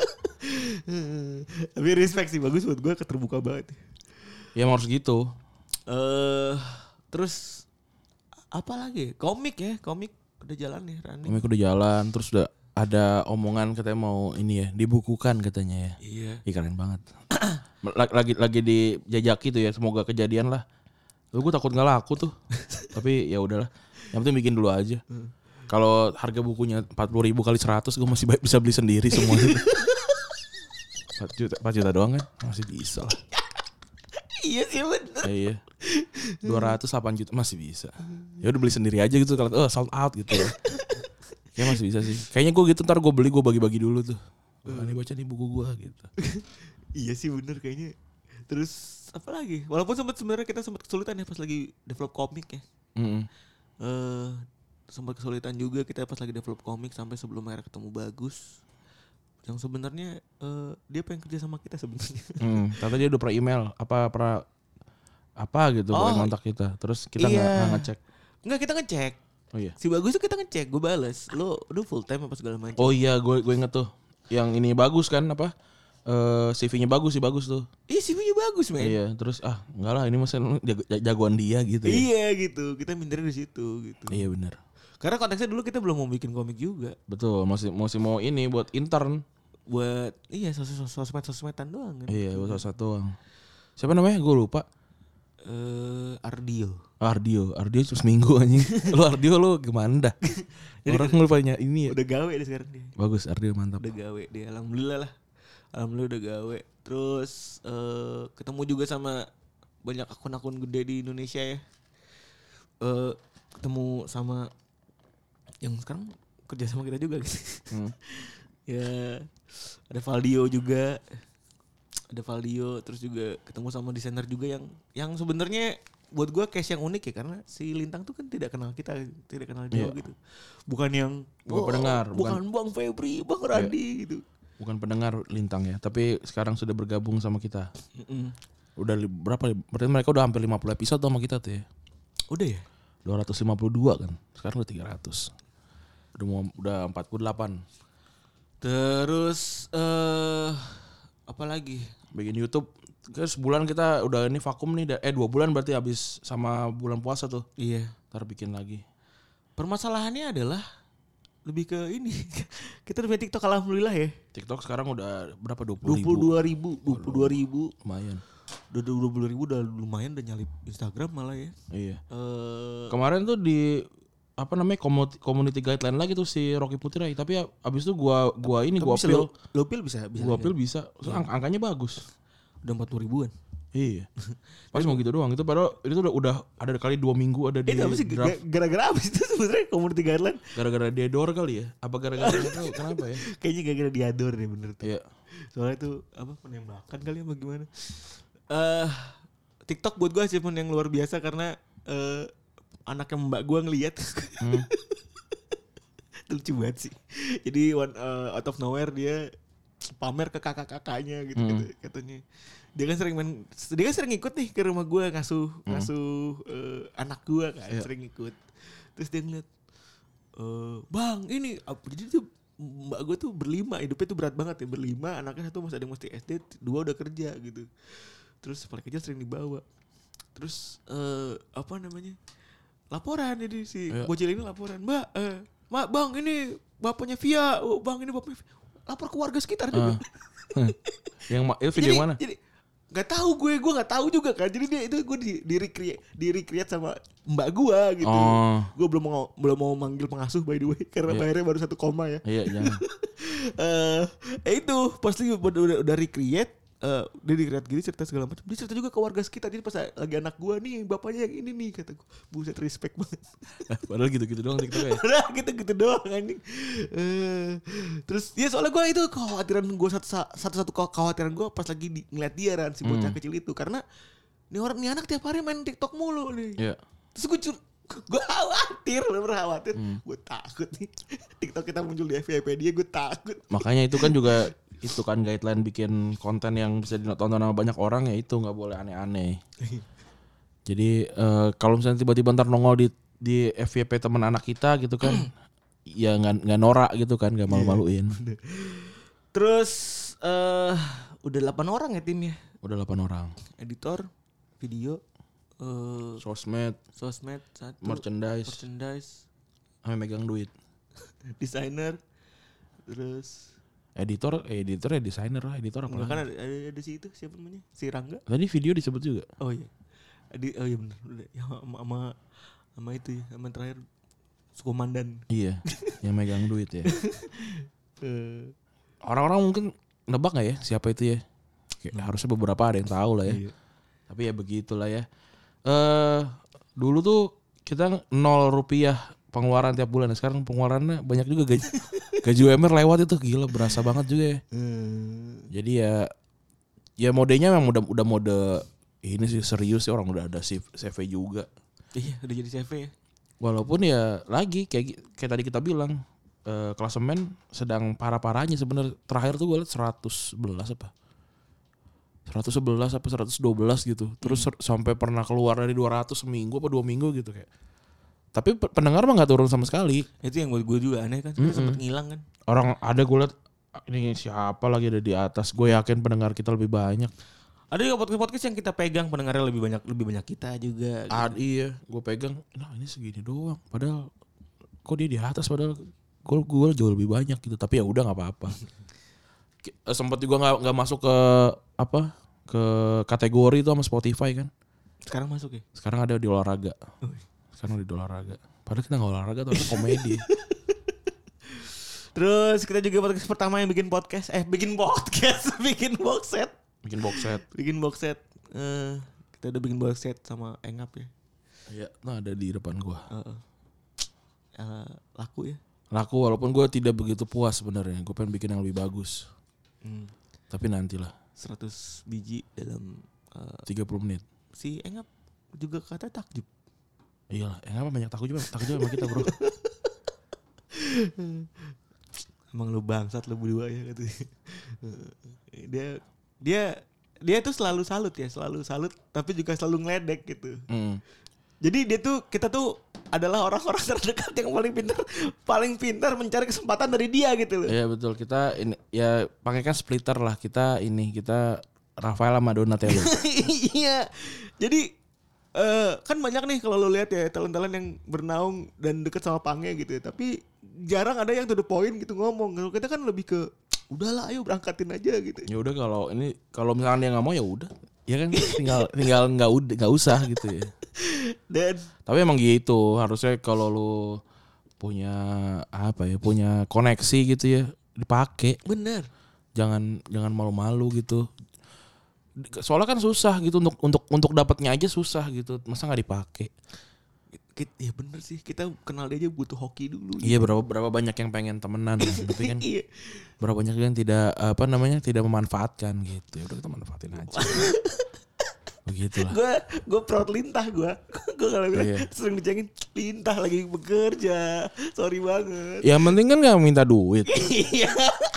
[SPEAKER 3] Tapi respect sih, bagus buat gue, keterbuka banget.
[SPEAKER 2] Ya emang harus gitu.
[SPEAKER 3] Eh terus apa lagi? Komik ya, komik udah jalan nih running.
[SPEAKER 2] Komik udah jalan, terus udah ada omongan katanya mau ini ya dibukukan katanya ya.
[SPEAKER 3] Iya.
[SPEAKER 2] Ih keren banget. lagi lagi lagi dijajaki tuh ya, semoga kejadian lah. Lu gue takut nggak laku tuh. Tapi ya udahlah. Yang penting bikin dulu aja. Kalau harga bukunya empat puluh ribu kali seratus gue masih bisa beli sendiri semuanya. empat juta, empat juta doang kan masih bisa lah.
[SPEAKER 3] Iya sih bener.
[SPEAKER 2] Ya, iya. dua ratus delapan juta masih bisa. Ya udah beli sendiri aja gitu kalau oh sold out gitu ya. Kayak masih bisa sih. Kayaknya gue gitu ntar gue beli gue bagi-bagi dulu tuh. Wah, ini baca nih buku gue gitu.
[SPEAKER 3] Iya sih bener kayaknya. Terus apa lagi? Walaupun sempat sebenarnya kita sempat kesulitan ya pas lagi develop komik ya.
[SPEAKER 2] Mm-mm.
[SPEAKER 3] Eh sempat kesulitan juga kita pas lagi develop komik sampai sebelum akhirnya ketemu Bagus. Yang sebenarnya eh, dia pengen kerja sama kita sebenarnya.
[SPEAKER 2] Hmm, ternyata dia udah pernah email apa pernah apa gitu
[SPEAKER 3] Oh,
[SPEAKER 2] pernah kontak kita. Terus kita nggak
[SPEAKER 3] iya.
[SPEAKER 2] nggak ngecek.
[SPEAKER 3] Enggak, kita ngecek.
[SPEAKER 2] Oh iya.
[SPEAKER 3] Si Bagus tuh kita ngecek, gue bales. Lo udah full time apa segala macam.
[SPEAKER 2] Oh iya, gue gue inget tuh. Yang ini bagus kan apa? Eh C V-nya bagus sih bagus tuh.
[SPEAKER 3] Iya C V-nya bagus men.
[SPEAKER 2] Iya, terus ah enggak lah ini masa jago- jagoan dia gitu ya.
[SPEAKER 3] Iya gitu, kita mindernya di situ gitu.
[SPEAKER 2] Iya benar.
[SPEAKER 3] Karena konteksnya dulu kita belum mau bikin komik juga.
[SPEAKER 2] Betul, masih masih mau ini buat intern.
[SPEAKER 3] Buat iya sos- sos- sosmed-sosmedan doang kan.
[SPEAKER 2] Iya, buat salah satu doang. Siapa namanya? Gue lupa.
[SPEAKER 3] Eh Ardio.
[SPEAKER 2] Ardio, Ardio cuma seminggu anjing. Lu Ardio lu gimana dah? Orang lupanya ini ya.
[SPEAKER 3] Udah gawe dia sekarang dia.
[SPEAKER 2] Bagus, Ardio mantap.
[SPEAKER 3] Udah gawe dia, alhamdulillah lah. Alhamdulillah udah gawe. Terus eh ketemu juga sama banyak akun-akun gede di Indonesia ya. Eh ketemu sama yang sekarang kerja sama kita juga gitu.
[SPEAKER 2] Hmm.
[SPEAKER 3] Ya ada Valdio juga. Ada Valdio, terus juga ketemu sama desainer juga yang yang sebenarnya buat gue case yang unik ya, karena si Lintang tuh kan tidak kenal kita, tidak kenal jauh
[SPEAKER 2] Iya.
[SPEAKER 3] gitu. Bukan yang
[SPEAKER 2] Bukan pendengar,
[SPEAKER 3] bukan, Bang Febri, Bang Randi gitu.
[SPEAKER 2] Bukan pendengar Lintang ya, tapi sekarang sudah bergabung sama kita.
[SPEAKER 3] Mm-mm.
[SPEAKER 2] Udah li- berapa? Berarti mereka udah hampir lima puluh episode sama kita tuh ya.
[SPEAKER 3] Udah ya?
[SPEAKER 2] dua ratus lima puluh dua kan. Sekarang udah tiga ratus. Udah mau udah empat puluh delapan.
[SPEAKER 3] Terus eh apa lagi?
[SPEAKER 2] Bikin YouTube. Kan sebulan kita udah ini vakum nih. da- Eh dua bulan berarti habis sama bulan puasa tuh.
[SPEAKER 3] Iya.
[SPEAKER 2] Ntar bikin lagi.
[SPEAKER 3] Permasalahannya adalah lebih ke ini. Kita udah punya TikTok alhamdulillah ya.
[SPEAKER 2] TikTok sekarang udah berapa? dua
[SPEAKER 3] dua
[SPEAKER 2] puluh ribu.
[SPEAKER 3] puluh dua ribu, dua puluh dua ribu.
[SPEAKER 2] Lumayan.
[SPEAKER 3] Udah dua puluh ribu udah lumayan, udah nyalip Instagram malah ya.
[SPEAKER 2] Iya.
[SPEAKER 3] Eh
[SPEAKER 2] Kemarin tuh di apa namanya community, community guideline lagi tuh si Rocky Putri, tapi ya, abis itu gua gua ini
[SPEAKER 3] tapi
[SPEAKER 2] gua
[SPEAKER 3] bisa
[SPEAKER 2] pil
[SPEAKER 3] lo, lo pil bisa bisa.
[SPEAKER 2] gua
[SPEAKER 3] aja.
[SPEAKER 2] pil bisa. So, ang- angkanya bagus.
[SPEAKER 3] Udah empat puluh ribuan.
[SPEAKER 2] Iya. Pas mau gitu doang. Itu padahal itu udah udah ada kali dua minggu ada di
[SPEAKER 3] Itu apa sih
[SPEAKER 2] draft.
[SPEAKER 3] gara-gara apa sih itu sebenarnya community guideline?
[SPEAKER 2] Gara-gara Diador kali ya? Apa gara-gara nggak tahu kenapa ya?
[SPEAKER 3] Kayaknya gara-gara diador deh bener tuh.
[SPEAKER 2] Iya.
[SPEAKER 3] Soalnya itu apa penembakan kali apa gimana? Eh TikTok buat gue achievement yang luar biasa karena eh anaknya mbak gue ngeliat.
[SPEAKER 2] Hmm.
[SPEAKER 3] Lucu banget sih. Jadi one, uh, out of nowhere dia pamer ke kakak-kakaknya gitu,
[SPEAKER 2] Hmm.
[SPEAKER 3] gitu katanya. Dia kan sering main, dia kan sering ikut nih ke rumah gue ngasuh
[SPEAKER 2] Hmm.
[SPEAKER 3] ngasuh uh, anak gue kan,
[SPEAKER 2] Iya.
[SPEAKER 3] sering ikut. Terus dia ngeliat, e, bang ini apa? Jadi tuh mbak gue tuh berlima, hidupnya tuh berat banget ya, berlima, anaknya satu masih ada yang mesti S D, dua udah kerja gitu. Terus paling kecil sering dibawa. Terus uh, apa namanya? Laporan jadi si
[SPEAKER 2] Iya.
[SPEAKER 3] bocil ini laporan, mbak, eh, mak bang ini bapaknya Via, oh, bang ini bapaknya Via. Lapor ke warga sekitar juga.
[SPEAKER 2] Uh. Yang ma- itu video
[SPEAKER 3] jadi,
[SPEAKER 2] yang mana?
[SPEAKER 3] Jadi nggak tahu gue, gue nggak tahu juga kan. Jadi dia itu gue di di recreate, di recreate sama mbak gue gitu.
[SPEAKER 2] Oh.
[SPEAKER 3] Gue belum mau belum mau manggil pengasuh by the way karena
[SPEAKER 2] Iya.
[SPEAKER 3] bayarnya baru satu koma ya.
[SPEAKER 2] Iya, jangan.
[SPEAKER 3] Eh eh, itu pasti udah udah, udah recreate. Uh, dia dikreat gini cerita segala macam. Dia cerita juga ke warga sekitar. Jadi pas lagi anak gue nih bapaknya yang ini nih kata gue. Buset respect banget.
[SPEAKER 2] Padahal gitu-gitu doang TikToknya.
[SPEAKER 3] Udah gitu-gitu doang anjing. Uh, terus ya soalnya gue itu kekhawatiran gue satu satu kekhawatiran gue pas lagi di, ngeliat dia kan si bocah
[SPEAKER 2] Hmm.
[SPEAKER 3] kecil itu karena nih orang nih anak tiap hari main TikTok mulu nih.
[SPEAKER 2] Iya.
[SPEAKER 3] Terus gue cur gue khawatir, bener khawatir.
[SPEAKER 2] Hmm.
[SPEAKER 3] Gue takut nih TikTok kita muncul di F Y P dia, gue takut.
[SPEAKER 2] Makanya itu kan juga itu kan guideline bikin konten yang bisa ditonton sama banyak orang ya itu nggak boleh aneh-aneh. Jadi eh, kalau misalnya tiba-tiba ntar nongol di di F Y P teman anak kita gitu kan, ya nggak nggak norak gitu kan, nggak malu-maluin.
[SPEAKER 3] Terus eh udah delapan orang ya timnya.
[SPEAKER 2] Udah delapan orang.
[SPEAKER 3] Editor, video, eh
[SPEAKER 2] Sosmed,
[SPEAKER 3] sosmed satu,
[SPEAKER 2] merchandise,
[SPEAKER 3] merchandise,
[SPEAKER 2] sama megang duit.
[SPEAKER 3] desainer, terus
[SPEAKER 2] Editor, eh, editor ya desainer lah, editor apa
[SPEAKER 3] enggak kan
[SPEAKER 2] lagi?
[SPEAKER 3] ada, ada, ada si itu siapa namanya? Si Rangga.
[SPEAKER 2] Tadi video disebut juga.
[SPEAKER 3] Oh iya. Adi, oh iya benar. Udah. Ya, sama, sama sama itu ya, sama yang terakhir Sukomandan.
[SPEAKER 2] Iya, yang megang duit ya.
[SPEAKER 3] Eh,
[SPEAKER 2] Orang-orang mungkin nebak nggak ya siapa itu ya? Kayak harusnya beberapa ada yang tahu lah ya.
[SPEAKER 3] iya.
[SPEAKER 2] Tapi ya begitulah ya. Eh dulu tuh kita nol rupiah pengeluaran tiap bulan. Sekarang pengeluarannya banyak juga gaji. Gaji U M R lewat itu gila, berasa banget juga ya.
[SPEAKER 3] Eh,
[SPEAKER 2] Jadi ya ya modenya memang udah udah mode ini sih serius sih, orang udah ada C V juga.
[SPEAKER 3] iya, udah jadi C V ya.
[SPEAKER 2] Walaupun ya lagi kayak kayak tadi kita bilang eh, klasemen sedang parah-parahnya sebenarnya. Terakhir tuh gue liat seratus sebelas apa? seratus sebelas apa seratus dua belas gitu. Terus hmm. sampai pernah keluar dari dua ratus seminggu apa dua minggu gitu kayak. Tapi pendengar mah gak turun sama sekali.
[SPEAKER 3] Itu yang buat gue juga aneh kan,
[SPEAKER 2] Mm-mm.
[SPEAKER 3] sempat ngilang kan.
[SPEAKER 2] Orang ada gue liat ini siapa lagi ada di atas. Gue yakin pendengar kita lebih banyak.
[SPEAKER 3] Ada juga podcast-podcast yang kita pegang pendengarnya lebih banyak lebih banyak kita juga. Gitu.
[SPEAKER 2] Ah, iya, gue pegang. Nah ini segini doang. Padahal kok dia di atas. Padahal gue gue jauh lebih banyak gitu. Tapi ya udah nggak apa-apa. Sempat juga nggak nggak masuk ke apa ke kategori itu sama Spotify kan.
[SPEAKER 3] Sekarang masuk ya.
[SPEAKER 2] Sekarang ada di olahraga. Sekarang ada di olahraga. Padahal kita nggak olahraga tapi komedi.
[SPEAKER 3] Terus kita juga podcast pertama yang bikin podcast, eh bikin podcast, bikin box set,
[SPEAKER 2] Bikin box set.
[SPEAKER 3] bikin box set. Eh, kita udah bikin box set sama Engap ya.
[SPEAKER 2] Iya, nah ada di depan gua.
[SPEAKER 3] Uh, uh, laku ya.
[SPEAKER 2] Laku walaupun gua tidak begitu puas sebenarnya. Gue pengen bikin yang lebih bagus.
[SPEAKER 3] Hmm.
[SPEAKER 2] Tapi nantilah.
[SPEAKER 3] seratus biji dalam uh,
[SPEAKER 2] tiga puluh menit.
[SPEAKER 3] si Engap juga kata takjub.
[SPEAKER 2] Iyalah, yang apa banyak takut juga, takut juga sama kita bro.
[SPEAKER 3] Emang lu bangsat lu berdua ya katanya. dia dia dia tuh selalu salut ya, selalu salut tapi juga selalu ngeledek gitu.
[SPEAKER 2] Mm.
[SPEAKER 3] Jadi dia tuh kita tuh adalah orang-orang terdekat yang paling pintar, paling pintar mencari kesempatan dari dia gitu loh.
[SPEAKER 2] Iya betul, kita ini ya pakai kan splitter lah, kita ini kita Rafael sama Donatello.
[SPEAKER 3] Iya. Jadi Uh, kan banyak nih kalau lo lihat ya talent-talent yang bernaung dan deket sama Pange gitu ya. Tapi jarang ada yang to the point gitu ngomong. Kalau kita kan lebih ke udahlah ayo berangkatin aja gitu.
[SPEAKER 2] Ya udah kalau ini kalau misalnya dia nggak mau ya udah, ya kan tinggal tinggal nggak udah nggak usah gitu ya.
[SPEAKER 3] Dan
[SPEAKER 2] Tapi emang gitu harusnya kalau lu punya apa ya punya koneksi gitu ya dipakai.
[SPEAKER 3] bener.
[SPEAKER 2] Jangan jangan malu-malu gitu. soalnya kan susah gitu untuk untuk untuk dapatnya aja susah gitu, masa nggak dipakai?
[SPEAKER 3] Ya bener sih, kita kenal dia aja butuh hoki dulu.
[SPEAKER 2] Iya, berapa berapa banyak yang pengen temenan kan, tapi kan
[SPEAKER 3] Iya.
[SPEAKER 2] berapa banyak yang tidak apa namanya tidak memanfaatkan gitu. Ya udah kita manfaatin aja. Begitulah.
[SPEAKER 3] Gue gue proud Lintah gue. Gue kalau bilang
[SPEAKER 2] Iya.
[SPEAKER 3] sering dicengin Lintah lagi bekerja. Sorry banget.
[SPEAKER 2] Yang penting kan nggak minta duit.
[SPEAKER 3] Iya.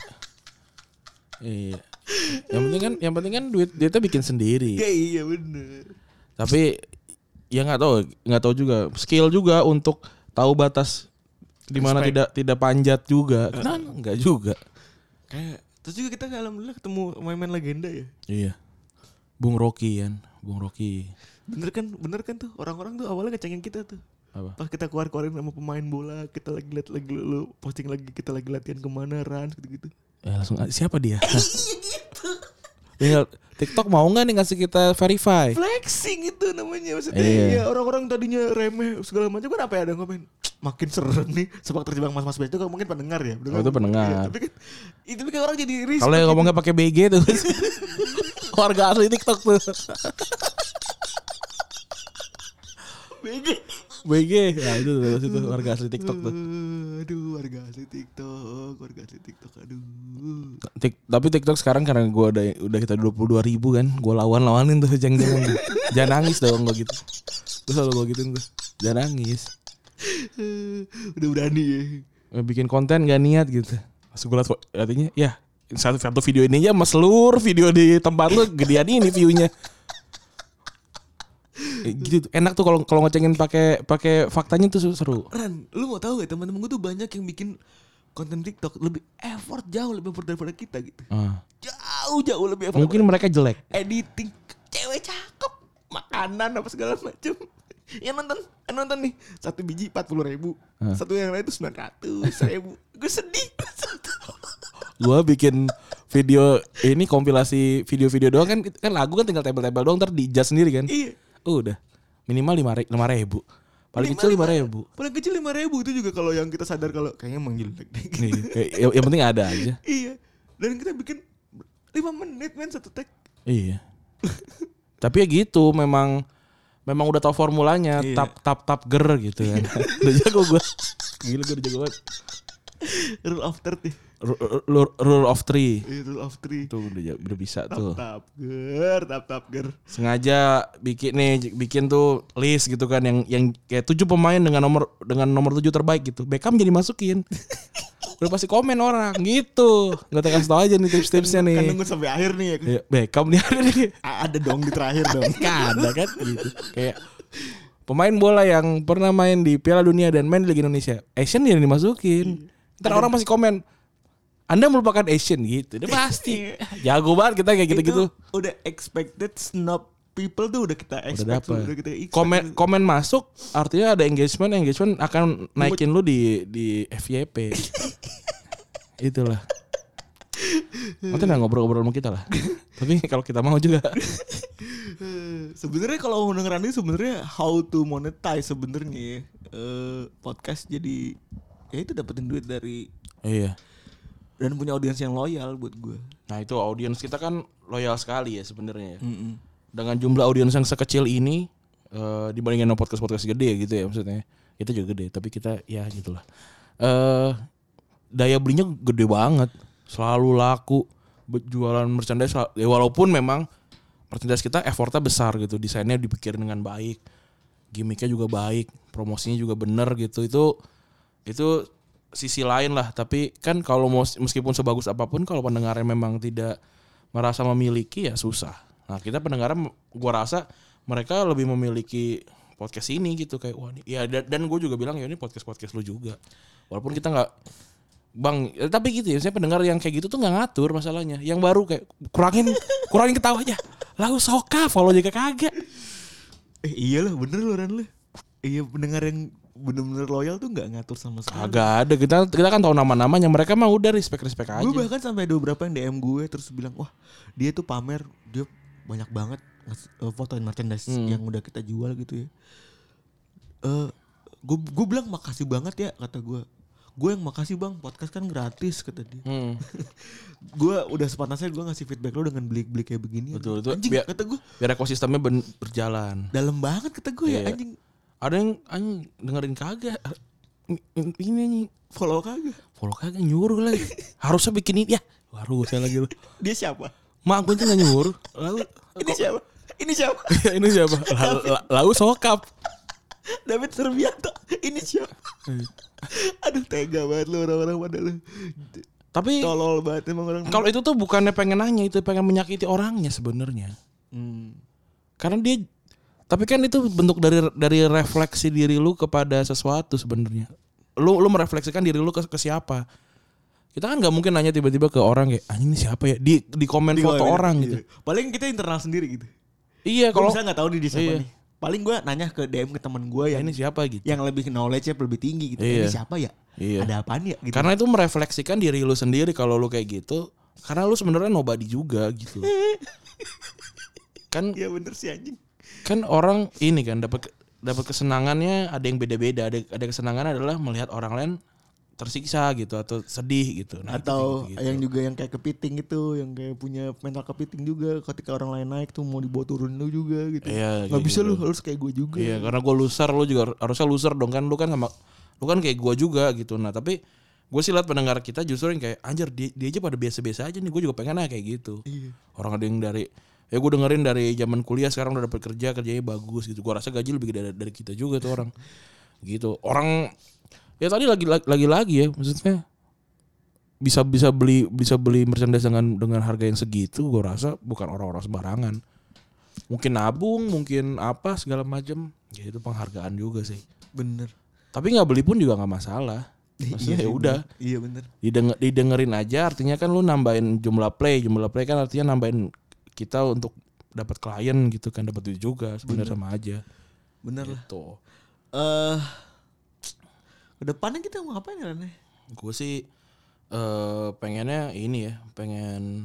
[SPEAKER 2] Iya. Yang penting kan yang penting kan duit dia tuh bikin sendiri.
[SPEAKER 3] Ya, iya bener.
[SPEAKER 2] Tapi ya nggak tahu nggak tahu juga skill juga untuk tahu batas di mana tidak tidak panjat juga. Nah, enggak juga.
[SPEAKER 3] Kayak terus juga kita alhamdulillah ketemu main-main legenda ya.
[SPEAKER 2] Iya. Bung Rocky kan, Bung Rocky.
[SPEAKER 3] Bener kan, bener kan tuh orang-orang tuh awalnya ngecengin kita tuh.
[SPEAKER 2] Apa?
[SPEAKER 3] Pas kita keluar-keluarin sama pemain bola, kita lagi liat lagi lu posting lagi kita lagi latihan kemana Rans gitu-gitu.
[SPEAKER 2] Ya langsung siapa dia? Tinggal TikTok mau nggak nih ngasih kita verify?
[SPEAKER 3] Flexing itu namanya maksudnya.
[SPEAKER 2] Iya.
[SPEAKER 3] Ya, orang-orang tadinya remeh segala macam kan apa ya ada yang komen makin serem nih sepak terjebak mas-mas itu kan mungkin pendengar ya.
[SPEAKER 2] Oh, itu pendengar.
[SPEAKER 3] Iya, tapi kan itu kan orang jadi respect.
[SPEAKER 2] Kalau yang ngomongnya pakai B G tuh. Warga asli TikTok tuh.
[SPEAKER 3] B G.
[SPEAKER 2] B G. Ya itu tuh situ warga asli TikTok tuh.
[SPEAKER 3] Aduh, warga asli TikTok, warga asli TikTok. Aduh.
[SPEAKER 2] Tik, tapi TikTok sekarang karena gue udah udah kita dua puluh dua ribu kan, gue lawan lawanin tuh jangan-jangan. Jangan nangis dong gue gitu. Terus selalu gue gituin tuh. Jangan nangis.
[SPEAKER 3] Udah berani ya.
[SPEAKER 2] Bikin konten gak niat gitu. Pas gue liat artinya ya satu satu video ini aja sama seluruh video di tempat lu gedean ini view-nya. Eh, gitu enak tuh kalau kalau ngecengin pakai pakai faktanya tuh seru.
[SPEAKER 3] Ran, lu mau tahu gak teman-teman gue tuh banyak yang bikin konten TikTok lebih effort jauh lebih effort daripada kita gitu.
[SPEAKER 2] Ah.
[SPEAKER 3] Jauh jauh lebih effort.
[SPEAKER 2] Mungkin mereka jelek.
[SPEAKER 3] Editing cewek cakep, makanan apa segala macam. Yang nonton, yang nonton nih satu biji empat puluh ribu,
[SPEAKER 2] Ah.
[SPEAKER 3] satu yang lain itu sembilan ratus ribu. Gue sedih.
[SPEAKER 2] Gua bikin video ini kompilasi video-video doang kan kan lagu kan tinggal tempel-tempel doang ntar di-adjust sendiri kan.
[SPEAKER 3] Iya.
[SPEAKER 2] Uh, udah minimal lima ribu. Paling kecil lima ribu.
[SPEAKER 3] Paling kecil lima ribu itu juga kalau yang kita sadar kalau kayaknya emang jelek deh.
[SPEAKER 2] Nih, kayak- yang, yang penting ada aja.
[SPEAKER 3] Iya. Dan kita bikin lima menit men satu tag.
[SPEAKER 2] Iya. Tapi ya gitu memang memang udah tahu formulanya,
[SPEAKER 3] Iya.
[SPEAKER 2] tap tap tap ger gitu kan. Udah jago gua. Gila gua udah jago banget.
[SPEAKER 3] Rule of thirty.
[SPEAKER 2] Ru- ru- Rule of three.
[SPEAKER 3] Iya, rule of three.
[SPEAKER 2] Tuh udah, ja- udah bisa
[SPEAKER 3] Tap
[SPEAKER 2] tuh.
[SPEAKER 3] tap ger, tap tap ger.
[SPEAKER 2] Sengaja bikin nih bikin tuh list gitu kan yang yang kayak tujuh pemain dengan nomor dengan nomor tujuh terbaik gitu. Beckham jadi masukin. Udah pasti komen orang gitu. Gak kasih tau aja nih tips-tipsnya nih.
[SPEAKER 3] Kan nunggu sampai akhir nih ya.
[SPEAKER 2] Ya, Beckham nih ada nih.
[SPEAKER 3] A- Ada dong di terakhir dong.
[SPEAKER 2] Gak ada kan gitu. Kayak pemain bola yang pernah main di Piala Dunia dan main di Liga Indonesia. Asian dia dimasukin. Ntar orang masih komen, Anda merupakan Asian gitu. Udah pasti. Jago banget kita kayak gitu-gitu.
[SPEAKER 3] Itu udah expected snob people tuh udah kita
[SPEAKER 2] Udah
[SPEAKER 3] expect.
[SPEAKER 2] dapet.
[SPEAKER 3] Udah kita expect.
[SPEAKER 2] Komen komen masuk artinya ada engagement, engagement akan naikin lu di di F Y P. Itulah. Nanti nggak ngobrol-ngobrol sama kita lah. Tapi kalau kita mau juga.
[SPEAKER 3] Sebenarnya kalau mau dengeran ini sebenarnya how to monetize sebenarnya eh, podcast jadi ya itu dapetin duit dari
[SPEAKER 2] Iya.
[SPEAKER 3] dan punya audiens yang loyal buat gue.
[SPEAKER 2] Nah itu audiens kita kan loyal sekali ya sebenarnya. Ya.
[SPEAKER 3] Mm-mm.
[SPEAKER 2] Dengan jumlah audiens yang sekecil ini eh, dibandingin sama podcast-podcast gede gitu ya maksudnya. Kita juga gede, tapi kita ya gitulah. Eh daya belinya gede banget, selalu laku, jualan merchandise. Ya, walaupun memang merchandise kita effortnya besar gitu, desainnya dipikirin dengan baik, gimmicknya juga baik, promosinya juga bener gitu. Itu itu sisi lain lah. Tapi kan kalau meskipun sebagus apapun, kalau pendengarnya memang tidak merasa memiliki ya susah. Nah kita pendengarnya, gua rasa mereka lebih memiliki podcast ini gitu kayak wah ini. Ya dan, dan gue juga bilang ya ini podcast podcast lu juga. Walaupun kita nggak bang, ya, tapi gitu ya. Saya pendengar yang kayak gitu tuh nggak ngatur masalahnya. Yang baru kayak kurangin kurangin ketawanya. Lalu soka follow juga kagak.
[SPEAKER 3] Eh iyalah bener lu Ran lu. Iya pendengar yang bener-bener loyal tuh nggak ngatur sama sekali.
[SPEAKER 2] Kagak ada. Kita kita kan tahu nama-namanya. Mereka mah udah respect respect aja.
[SPEAKER 3] Gue bahkan sampai ada beberapa yang D M gue terus bilang wah dia tuh pamer dia banyak banget uh, fotoin merchandise
[SPEAKER 2] Hmm.
[SPEAKER 3] yang udah kita jual gitu ya. Eh gue gue bilang makasih banget ya kata gue. gue yang makasih bang, podcast kan gratis kata dia.
[SPEAKER 2] Hmm.
[SPEAKER 3] Gue udah sepantasnya gue ngasih feedback lo dengan blik-blik kayak begini.
[SPEAKER 2] Betul itu.
[SPEAKER 3] Anjing
[SPEAKER 2] Biar,
[SPEAKER 3] kata gue.
[SPEAKER 2] biar ekosistemnya ben- berjalan.
[SPEAKER 3] Dalam banget kata gue
[SPEAKER 2] Iya.
[SPEAKER 3] ya anjing.
[SPEAKER 2] Ada yang anjing dengerin kagak. Ini nih
[SPEAKER 3] Follow kagak.
[SPEAKER 2] follow kagak nyuruh lagi. Harusnya bikin ini ya. Harusnya lagi lu.
[SPEAKER 3] Dia siapa?
[SPEAKER 2] Mak gue tuh gak nyuruh. Lalu
[SPEAKER 3] Ini siapa? Ini siapa?
[SPEAKER 2] ini siapa? Lalu, lalu sokap.
[SPEAKER 3] David Serbianto. Ini siapa? Aduh tega banget lu orang-orang pada lu.
[SPEAKER 2] Tapi
[SPEAKER 3] Tolol banget emang orang.
[SPEAKER 2] kalau itu tuh bukannya pengen nanya, itu pengen menyakiti orangnya sebenarnya.
[SPEAKER 3] Hmm.
[SPEAKER 2] Karena dia, tapi kan itu bentuk dari dari refleksi diri lu kepada sesuatu sebenarnya. Lu lu merefleksikan diri lu ke, ke siapa? Kita kan nggak mungkin nanya tiba-tiba ke orang kayak anjing ini siapa ya, di di komen
[SPEAKER 3] Di
[SPEAKER 2] foto
[SPEAKER 3] komen,
[SPEAKER 2] orang
[SPEAKER 3] iya.
[SPEAKER 2] gitu.
[SPEAKER 3] Paling kita internal sendiri gitu.
[SPEAKER 2] Iya
[SPEAKER 3] Kalau
[SPEAKER 2] kalau
[SPEAKER 3] misalnya nggak tahu nih di siapa
[SPEAKER 2] iya.
[SPEAKER 3] nih. Paling gue nanya ke D M ke teman gue
[SPEAKER 2] ya
[SPEAKER 3] yang
[SPEAKER 2] ini siapa gitu.
[SPEAKER 3] yang lebih knowledge-nya lebih tinggi gitu.
[SPEAKER 2] Iya.
[SPEAKER 3] Ini siapa ya?
[SPEAKER 2] Iya.
[SPEAKER 3] Ada apaan ya? Gitu.
[SPEAKER 2] Karena itu merefleksikan diri lu sendiri kalau lu kayak gitu. Karena lu sebenarnya nobody juga gitu. Kan
[SPEAKER 3] ya bener sih anjing.
[SPEAKER 2] kan orang ini kan dapat dapat kesenangannya ada yang beda-beda. Ada ada kesenangannya adalah melihat orang lain tersiksa gitu atau sedih gitu. Nah,
[SPEAKER 3] Atau
[SPEAKER 2] itu, gitu.
[SPEAKER 3] yang juga yang kayak kepiting itu, yang kayak punya mental kepiting juga. Ketika orang lain naik tuh mau dibawa turun lu juga gitu.
[SPEAKER 2] Iya,
[SPEAKER 3] Gak
[SPEAKER 2] kayak
[SPEAKER 3] bisa
[SPEAKER 2] gitu.
[SPEAKER 3] lu harus kayak gue juga.
[SPEAKER 2] Iya, karena gue loser, lu juga harusnya loser dong kan, lu kan sama lu kan kayak gue juga gitu. Nah, tapi gue sih lihat pendengar kita justru yang kayak anjir dia, dia aja pada biasa-biasa aja nih, gue juga pengen kayak gitu.
[SPEAKER 3] Iya.
[SPEAKER 2] Orang ada yang dari ya gue dengerin dari zaman kuliah sekarang udah dapet kerja, kerjanya bagus gitu. Gue rasa gaji lebih gede dari, dari kita juga tuh orang. Gitu. Orang ya tadi lagi lagi lagi ya maksudnya bisa bisa beli bisa beli merchandise dengan dengan harga yang segitu, gue rasa bukan orang-orang sembarangan. Mungkin nabung, mungkin apa segala macam. Ya itu penghargaan juga sih.
[SPEAKER 3] Bener.
[SPEAKER 2] Tapi nggak beli pun juga nggak masalah. Maksudnya ya udah.
[SPEAKER 3] Iya bener.
[SPEAKER 2] Didenger, didengerin aja, artinya kan lu nambahin jumlah play, jumlah play kan artinya nambahin kita untuk dapat klien gitu kan, dapat duit juga sebenarnya sama aja.
[SPEAKER 3] Bener lah.
[SPEAKER 2] Gitu.
[SPEAKER 3] Eh kedepannya kita mau ngapain ya Ren?
[SPEAKER 2] Gue sih eh pengennya ini ya, pengen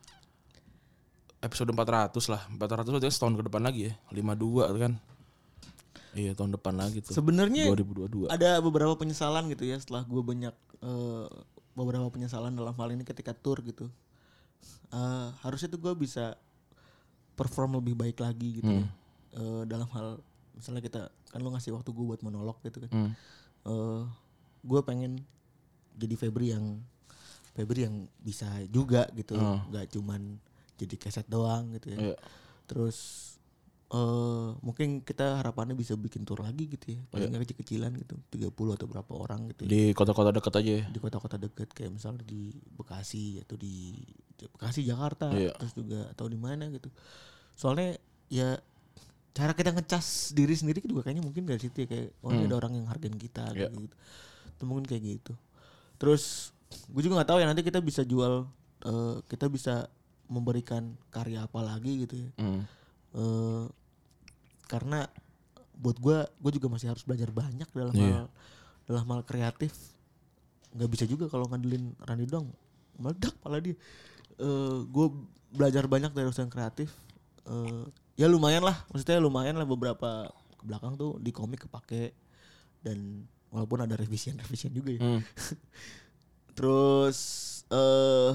[SPEAKER 2] episode empat ratus lah. empat ratus berarti setahun ke depan lagi ya. lima puluh dua kan. Iya, tahun depan lagi tuh.
[SPEAKER 3] Sebenarnya
[SPEAKER 2] dua ribu dua puluh dua.
[SPEAKER 3] ada beberapa penyesalan gitu ya setelah gue banyak eh, beberapa penyesalan dalam hal ini ketika tour gitu. Eh, harusnya tuh gue bisa perform lebih baik lagi gitu
[SPEAKER 2] Hmm.
[SPEAKER 3] ya. Eh, dalam hal misalnya kita kan lo ngasih waktu gue buat monolog gitu kan.
[SPEAKER 2] Hmm.
[SPEAKER 3] Eh, gue pengen jadi Febri yang Febri yang bisa juga gitu,
[SPEAKER 2] Hmm.
[SPEAKER 3] nggak cuman jadi keset doang gitu ya.
[SPEAKER 2] Iya.
[SPEAKER 3] Terus eh mungkin kita harapannya bisa bikin tour lagi gitu ya, paling nggak kecil-kecilan gitu, tiga puluh atau berapa orang gitu ya.
[SPEAKER 2] Di kota-kota dekat aja ya.
[SPEAKER 3] Di kota-kota dekat kayak misalnya di Bekasi atau di Bekasi Jakarta,
[SPEAKER 2] Iya.
[SPEAKER 3] terus juga atau di mana gitu. Soalnya ya cara kita ngecas diri sendiri juga kayaknya mungkin dari situ ya, kayak oh ini
[SPEAKER 2] Hmm.
[SPEAKER 3] ada orang yang hargain kita
[SPEAKER 2] Iya.
[SPEAKER 3] gitu. Itu mungkin kayak gitu. Terus gue juga nggak tahu ya nanti kita bisa jual, eh, kita bisa memberikan karya apa lagi gitu ya.
[SPEAKER 2] Hmm.
[SPEAKER 3] Eh, karena buat gue, gue juga masih harus belajar banyak dalam
[SPEAKER 2] Iya.
[SPEAKER 3] hal dalam hal kreatif. Nggak bisa juga kalau ngandelin Rani dong, meledak pala dia. Eh, gue belajar banyak dari urusan kreatif. Eh, ya lumayan lah, maksudnya lumayan lah beberapa ke belakang tuh di komik kepake, dan walaupun ada revisian-revisian juga ya.
[SPEAKER 2] Hmm.
[SPEAKER 3] Terus eh